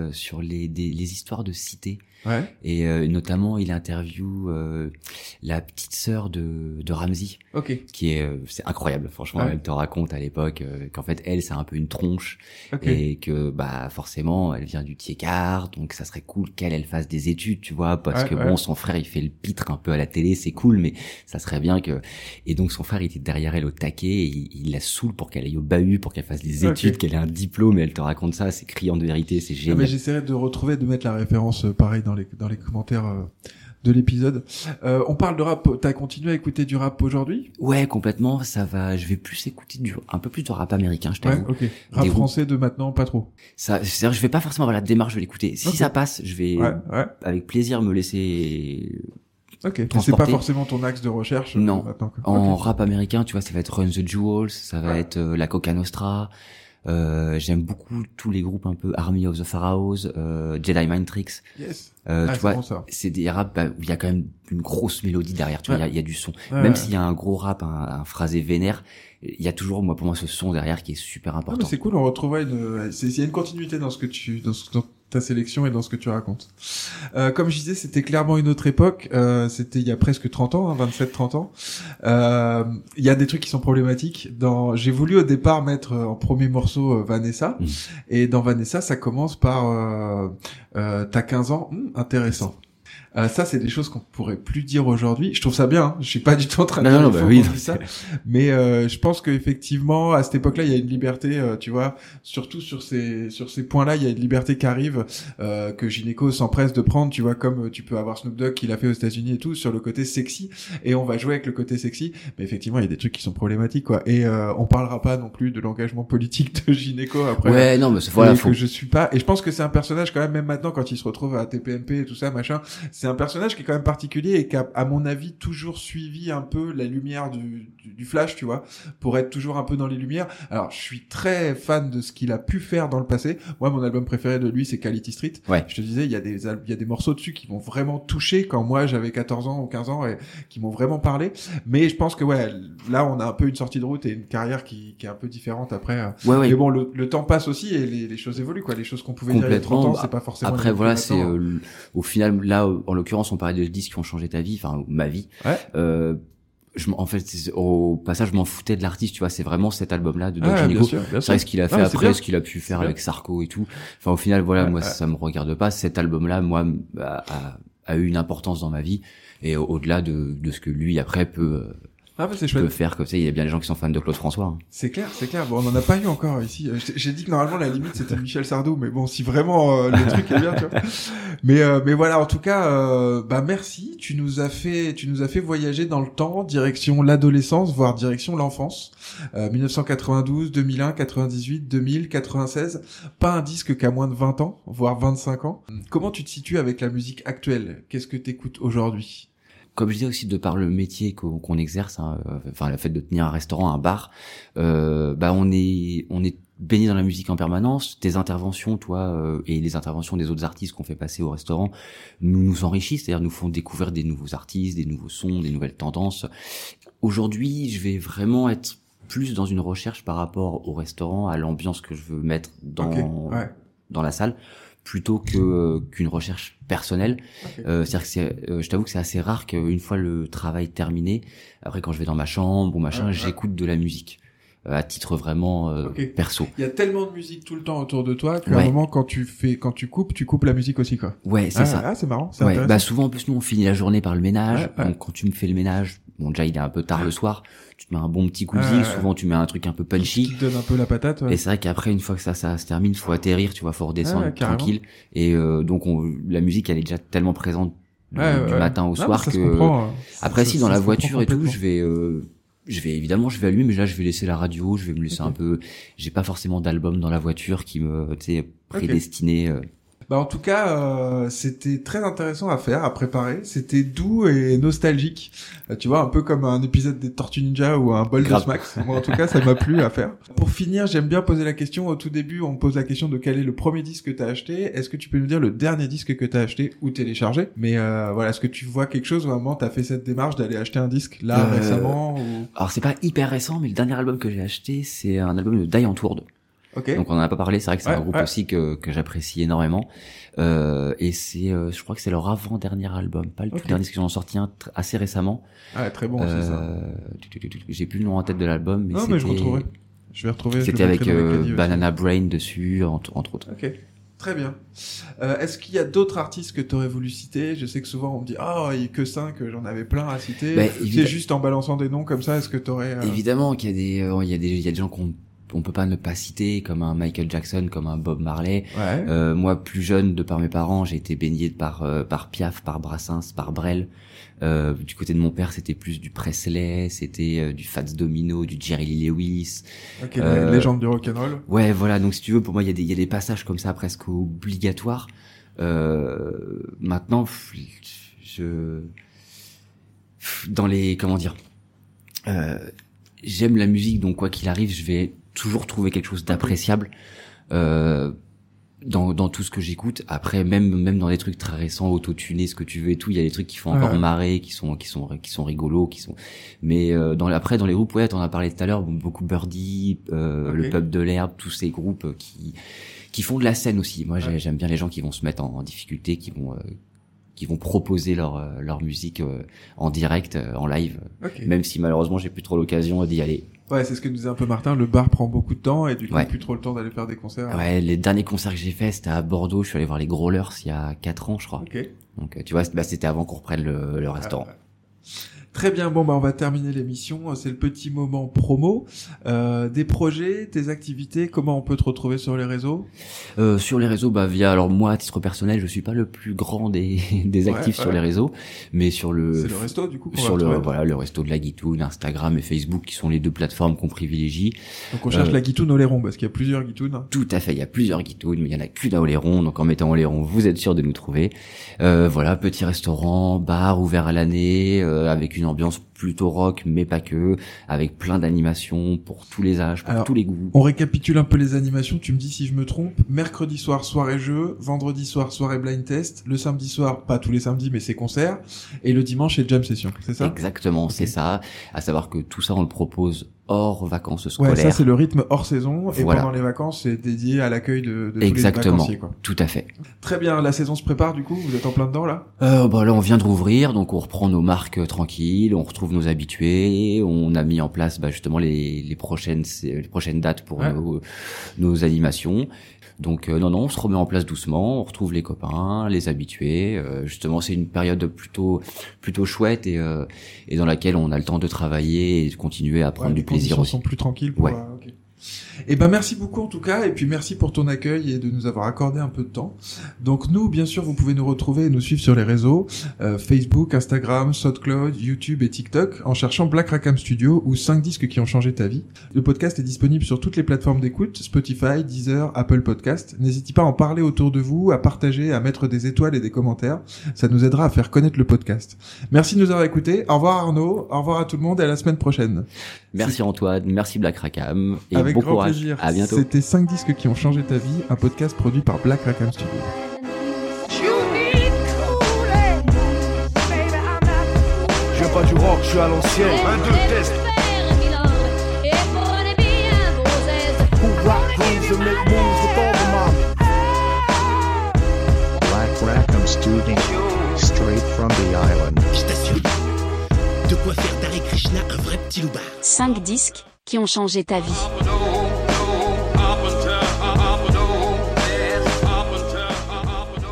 les histoires de cité. Ouais. Et notamment, il interview la petite sœur de Ramzy. Ok. Qui est c'est incroyable, franchement. Ouais. Elle te raconte à l'époque qu'en fait elle c'est un peu une tronche. Ok. Et que bah forcément elle vient du Tiers-Quart, donc ça serait cool qu'elle fasse des études, tu vois, parce que bon, son frère il fait le pitre un peu à la télé, c'est cool, mais ça serait bien que. Et donc son frère il était derrière elle au taquet, et il la saoule pour qu'elle aille au bahut, pour qu'elle fasse des études, qu'elle ait un diplôme, et elle te raconte ça, c'est criant de vérité, c'est génial. Mais j'essaierai de mettre la référence pareil dans les commentaires de l'épisode. On parle de rap, t'as continué à écouter du rap aujourd'hui? Ouais, complètement, ça va, je vais plus écouter un peu plus de rap américain, je t'avoue. Ouais, ok. Rap français de maintenant, pas trop. Ça, c'est-à-dire, je vais pas forcément avoir la démarche de l'écouter. Si ça passe, je vais avec plaisir me laisser Ok, transporter. c'est pas forcément ton axe de recherche non. maintenant. En rap américain, tu vois, ça va être Run the Jewels, ça va être la Coca Nostra. J'aime beaucoup tous les groupes un peu Army of the Pharaohs, Jedi Mind Tricks. Yes. Tu vois, bon, c'est des raps où il y a quand même une grosse mélodie derrière, tu vois, il y a du son. Même s'il y a un gros rap, un phrasé vénère, il y a toujours, pour moi, ce son derrière qui est super important. Non, mais c'est cool, on retrouvera il y a une continuité dans dans ta sélection et dans ce que tu racontes. Comme je disais, c'était clairement une autre époque, c'était il y a presque 30 ans, 27-30 ans. Il y a des trucs qui sont problématiques. J'ai voulu au départ mettre en premier morceau Vanessa, et dans Vanessa, ça commence par t'as 15 ans, intéressant. Ça, c'est des choses qu'on pourrait plus dire aujourd'hui. Je trouve ça bien. Hein. Je suis pas du tout en train de dire ça. Mais je pense qu'effectivement, à cette époque-là, il y a une liberté, tu vois. Surtout sur ces points-là, il y a une liberté qui arrive que Gynéco s'empresse de prendre, tu vois, comme tu peux avoir Snoop Dogg qui l'a fait aux États-Unis et tout, sur le côté sexy. Et on va jouer avec le côté sexy. Mais effectivement, il y a des trucs qui sont problématiques, quoi. Et on parlera pas non plus de l'engagement politique de Gynéco après. Ouais, non, mais voilà, que je suis pas. Et je pense que c'est un personnage quand même maintenant quand il se retrouve à TPMP et tout ça, machin. C'est un personnage qui est quand même particulier et qui a, à mon avis, toujours suivi un peu la lumière du flash, tu vois, pour être toujours un peu dans les lumières. Alors, je suis très fan de ce qu'il a pu faire dans le passé. Moi, mon album préféré de lui, c'est Quality Street. Ouais. Je te disais, il y a des morceaux dessus qui m'ont vraiment touché quand moi, j'avais 14 ans ou 15 ans et qui m'ont vraiment parlé. Mais je pense que, ouais, là, on a un peu une sortie de route et une carrière qui est un peu différente après. Mais bon, le temps passe aussi et les choses évoluent, quoi. Les choses qu'on pouvait dire il y a 30 ans, c'est pas forcément. Après, voilà, c'est, au final, là, en l'occurrence, on parlait de disques qui ont changé ta vie, enfin, ma vie. Ouais. En fait, au passage, je m'en foutais de l'artiste, tu vois, c'est vraiment cet album-là de Doc Gynéco. C'est vrai ce qu'il a fait après, ce qu'il a pu faire avec Sarko et tout. Enfin, au final, voilà, moi, ça me regarde pas. Cet album-là, moi, a eu une importance dans ma vie. Et au-delà de ce que lui, après, peut faire, comme ça, il y a bien des gens qui sont fans de Claude François. Hein. C'est clair. Bon, on en a pas eu encore ici. J'ai dit que normalement la limite c'était Michel Sardou, mais bon, si vraiment le truc est bien, tu vois. Mais voilà, en tout cas, merci. Tu nous as fait voyager dans le temps, direction l'adolescence, voire direction l'enfance. 1992, 2001, 98, 2000, 96. Pas un disque qu'à moins de 20 ans, voire 25 ans. Comment tu te situes avec la musique actuelle? Qu'est-ce que t'écoutes aujourd'hui? Comme je disais aussi, de par le métier qu'on exerce, enfin le fait de tenir un restaurant, un bar, on est baigné dans la musique en permanence. Tes interventions, toi, et les interventions des autres artistes qu'on fait passer au restaurant nous enrichissent, c'est-à-dire nous font découvrir des nouveaux artistes, des nouveaux sons, des nouvelles tendances. Aujourd'hui, je vais vraiment être plus dans une recherche par rapport au restaurant, à l'ambiance que je veux mettre dans la salle, plutôt qu'une recherche personnelle. C'est-à-dire que je t'avoue que c'est assez rare qu'une fois le travail terminé, après quand je vais dans ma chambre ou machin, j'écoute de la musique. À titre vraiment perso. Il y a tellement de musique tout le temps autour de toi qu'à un moment quand tu coupes la musique aussi quoi. Ouais, c'est ça. Ah, c'est marrant, c'est intéressant. Bah souvent en plus nous on finit la journée par le ménage. Donc quand tu me fais le ménage, bon déjà il est un peu tard le soir, tu te mets un bon petit coup de zik, souvent tu mets un truc un peu punchy. Qui te donne un peu la patate. Et c'est vrai qu'après une fois que ça se termine, faut atterrir, tu vois, faut redescendre tranquille. Et donc la musique elle est déjà tellement présente du matin au soir que après si dans la voiture et tout, je vais allumer, mais là je vais laisser la radio, je vais me laisser un peu. J'ai pas forcément d'album dans la voiture qui me, prédestiné. Bah en tout cas, c'était très intéressant à faire, à préparer. C'était doux et nostalgique. Tu vois, un peu comme un épisode des Tortues Ninja ou un bol de Smacks. Moi, en tout cas, ça m'a plu à faire. Pour finir, j'aime bien poser la question. Au tout début, on me pose la question de quel est le premier disque que t'as acheté. Est-ce que tu peux nous dire le dernier disque que t'as acheté ou téléchargé? Mais voilà, est-ce que tu vois quelque chose où à un moment t'as fait cette démarche d'aller acheter un disque là récemment ou... Alors c'est pas hyper récent, mais le dernier album que j'ai acheté, c'est un album de Die Antwoord. Okay. Donc on en a pas parlé, c'est vrai que c'est un groupe aussi que j'apprécie énormément. Et c'est, je crois que c'est leur avant-dernier album, pas le tout dernier, parce qu'ils en ont sorti un assez récemment. Ah, très bon aussi ça. J'ai plus le nom en tête de l'album, mais mais je retrouverai. Je vais retrouver. C'était avec Banana Brain dessus, entre autres. Ok. Très bien. Est-ce qu'il y a d'autres artistes que tu aurais voulu citer? Je sais que souvent on me dit il y a que 5, j'en avais plein à citer. C'est juste en balançant des noms comme ça, est-ce que tu aurais Évidemment qu'il y a des gens qu'on peut pas ne pas citer, comme un Michael Jackson, comme un Bob Marley. Moi, plus jeune, de par mes parents, j'ai été baigné par Piaf, par Brassens, par Brel. Du côté de mon père, c'était plus du Presley, c'était du Fats Domino, du Jerry Lee Lewis. Légende du rock'n'roll. Ouais, voilà. Donc, si tu veux, pour moi, il y a des passages comme ça, presque obligatoires. Maintenant, j'aime la musique, donc quoi qu'il arrive, je vais toujours trouver quelque chose d'appréciable dans tout ce que j'écoute. Après, même dans des trucs très récents, autotunés, ce que tu veux et tout, il y a des trucs qui font encore marrer, qui sont rigolos, mais dans les groupes, t'en as parlé tout à l'heure, beaucoup Birdie, le Pub de l'Herbe, tous ces groupes qui font de la scène aussi. Moi, j'aime bien les gens qui vont se mettre en difficulté, qui vont proposer leur musique en direct, en live, même si malheureusement j'ai plus trop l'occasion d'y aller. Ouais, c'est ce que nous disait un peu Martin, le bar prend beaucoup de temps et du coup plus trop le temps d'aller faire des concerts. Ouais, les derniers concerts que j'ai faits, c'était à Bordeaux, je suis allé voir les Growlers il y a 4 ans, je crois. Donc tu vois, c'était avant qu'on reprenne le restaurant. Très bien, bon on va terminer l'émission, c'est le petit moment promo. Des projets, tes activités, comment on peut te retrouver sur les réseaux? Sur les réseaux, alors moi à titre personnel, je suis pas le plus grand des actifs sur les réseaux, mais sur le c'est le resto du coup sur le resto de la Guitoune, Instagram et Facebook qui sont les deux plateformes qu'on privilégie. Donc on cherche la Guitoune Oléron parce qu'il y a plusieurs Guitounes. Tout à fait, il y a plusieurs Guitounes, mais il y en a qu'une à Oléron, donc en mettant Oléron, vous êtes sûr de nous trouver. Voilà, petit restaurant, bar ouvert à l'année avec une ambiance plutôt rock, mais pas que, avec plein d'animations pour tous les âges, pour tous les goûts. On récapitule un peu les animations, tu me dis si je me trompe. Mercredi soir, soirée jeu, vendredi soir, soirée blind test, le samedi soir, pas tous les samedis, mais c'est concert, et le dimanche, c'est jam session, c'est ça? Exactement, c'est ça. À savoir que tout ça, on le propose hors vacances scolaires. Ouais, ça c'est le rythme hors saison, et pendant les vacances, c'est dédié à l'accueil de tous les vacanciers, quoi. Tout à fait. Très bien, la saison se prépare du coup, vous êtes en plein dedans là? Là on vient de rouvrir, donc on reprend nos marques tranquilles, on retrouve nos habitués, on a mis en place justement les prochaines dates pour nos animations. Donc non, on se remet en place doucement, on retrouve les copains, les habitués. Justement, c'est une période plutôt chouette et dans laquelle on a le temps de travailler et de continuer à prendre du plaisir aussi. Les conditions sont plus tranquilles pour Et merci beaucoup en tout cas, et puis merci pour ton accueil et de nous avoir accordé un peu de temps. Donc nous, bien sûr, vous pouvez nous retrouver et nous suivre sur les réseaux, Facebook, Instagram, SoundCloud, YouTube et TikTok, en cherchant Black Rackham Studio ou 5 disques qui ont changé ta vie. Le podcast est disponible sur toutes les plateformes d'écoute, Spotify, Deezer, Apple Podcast. N'hésitez pas à en parler autour de vous, à partager, à mettre des étoiles et des commentaires. Ça nous aidera à faire connaître le podcast. Merci de nous avoir écoutés. Au revoir Arnaud, au revoir à tout le monde et à la semaine prochaine. Merci Antoine, merci Black Rackham. Et Avec bon grand courage. plaisir. À bientôt. C'était 5 disques qui ont changé ta vie, un podcast produit par Black Rackham Studio. Je viens pas du rock, je suis à l'ancienne. Un, deux, test. Who rock grooves and make moves with all the mommy. Black Rackham Studio. Straight from the island. Je t'assure, de quoi faire d'Hare Krishna un vrai petit loupard. 5 disques qui ont changé ta vie.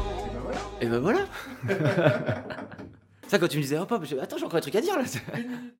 Et ben voilà. Ça, quand tu me disais hop hop, attends, j'ai encore un truc à dire là.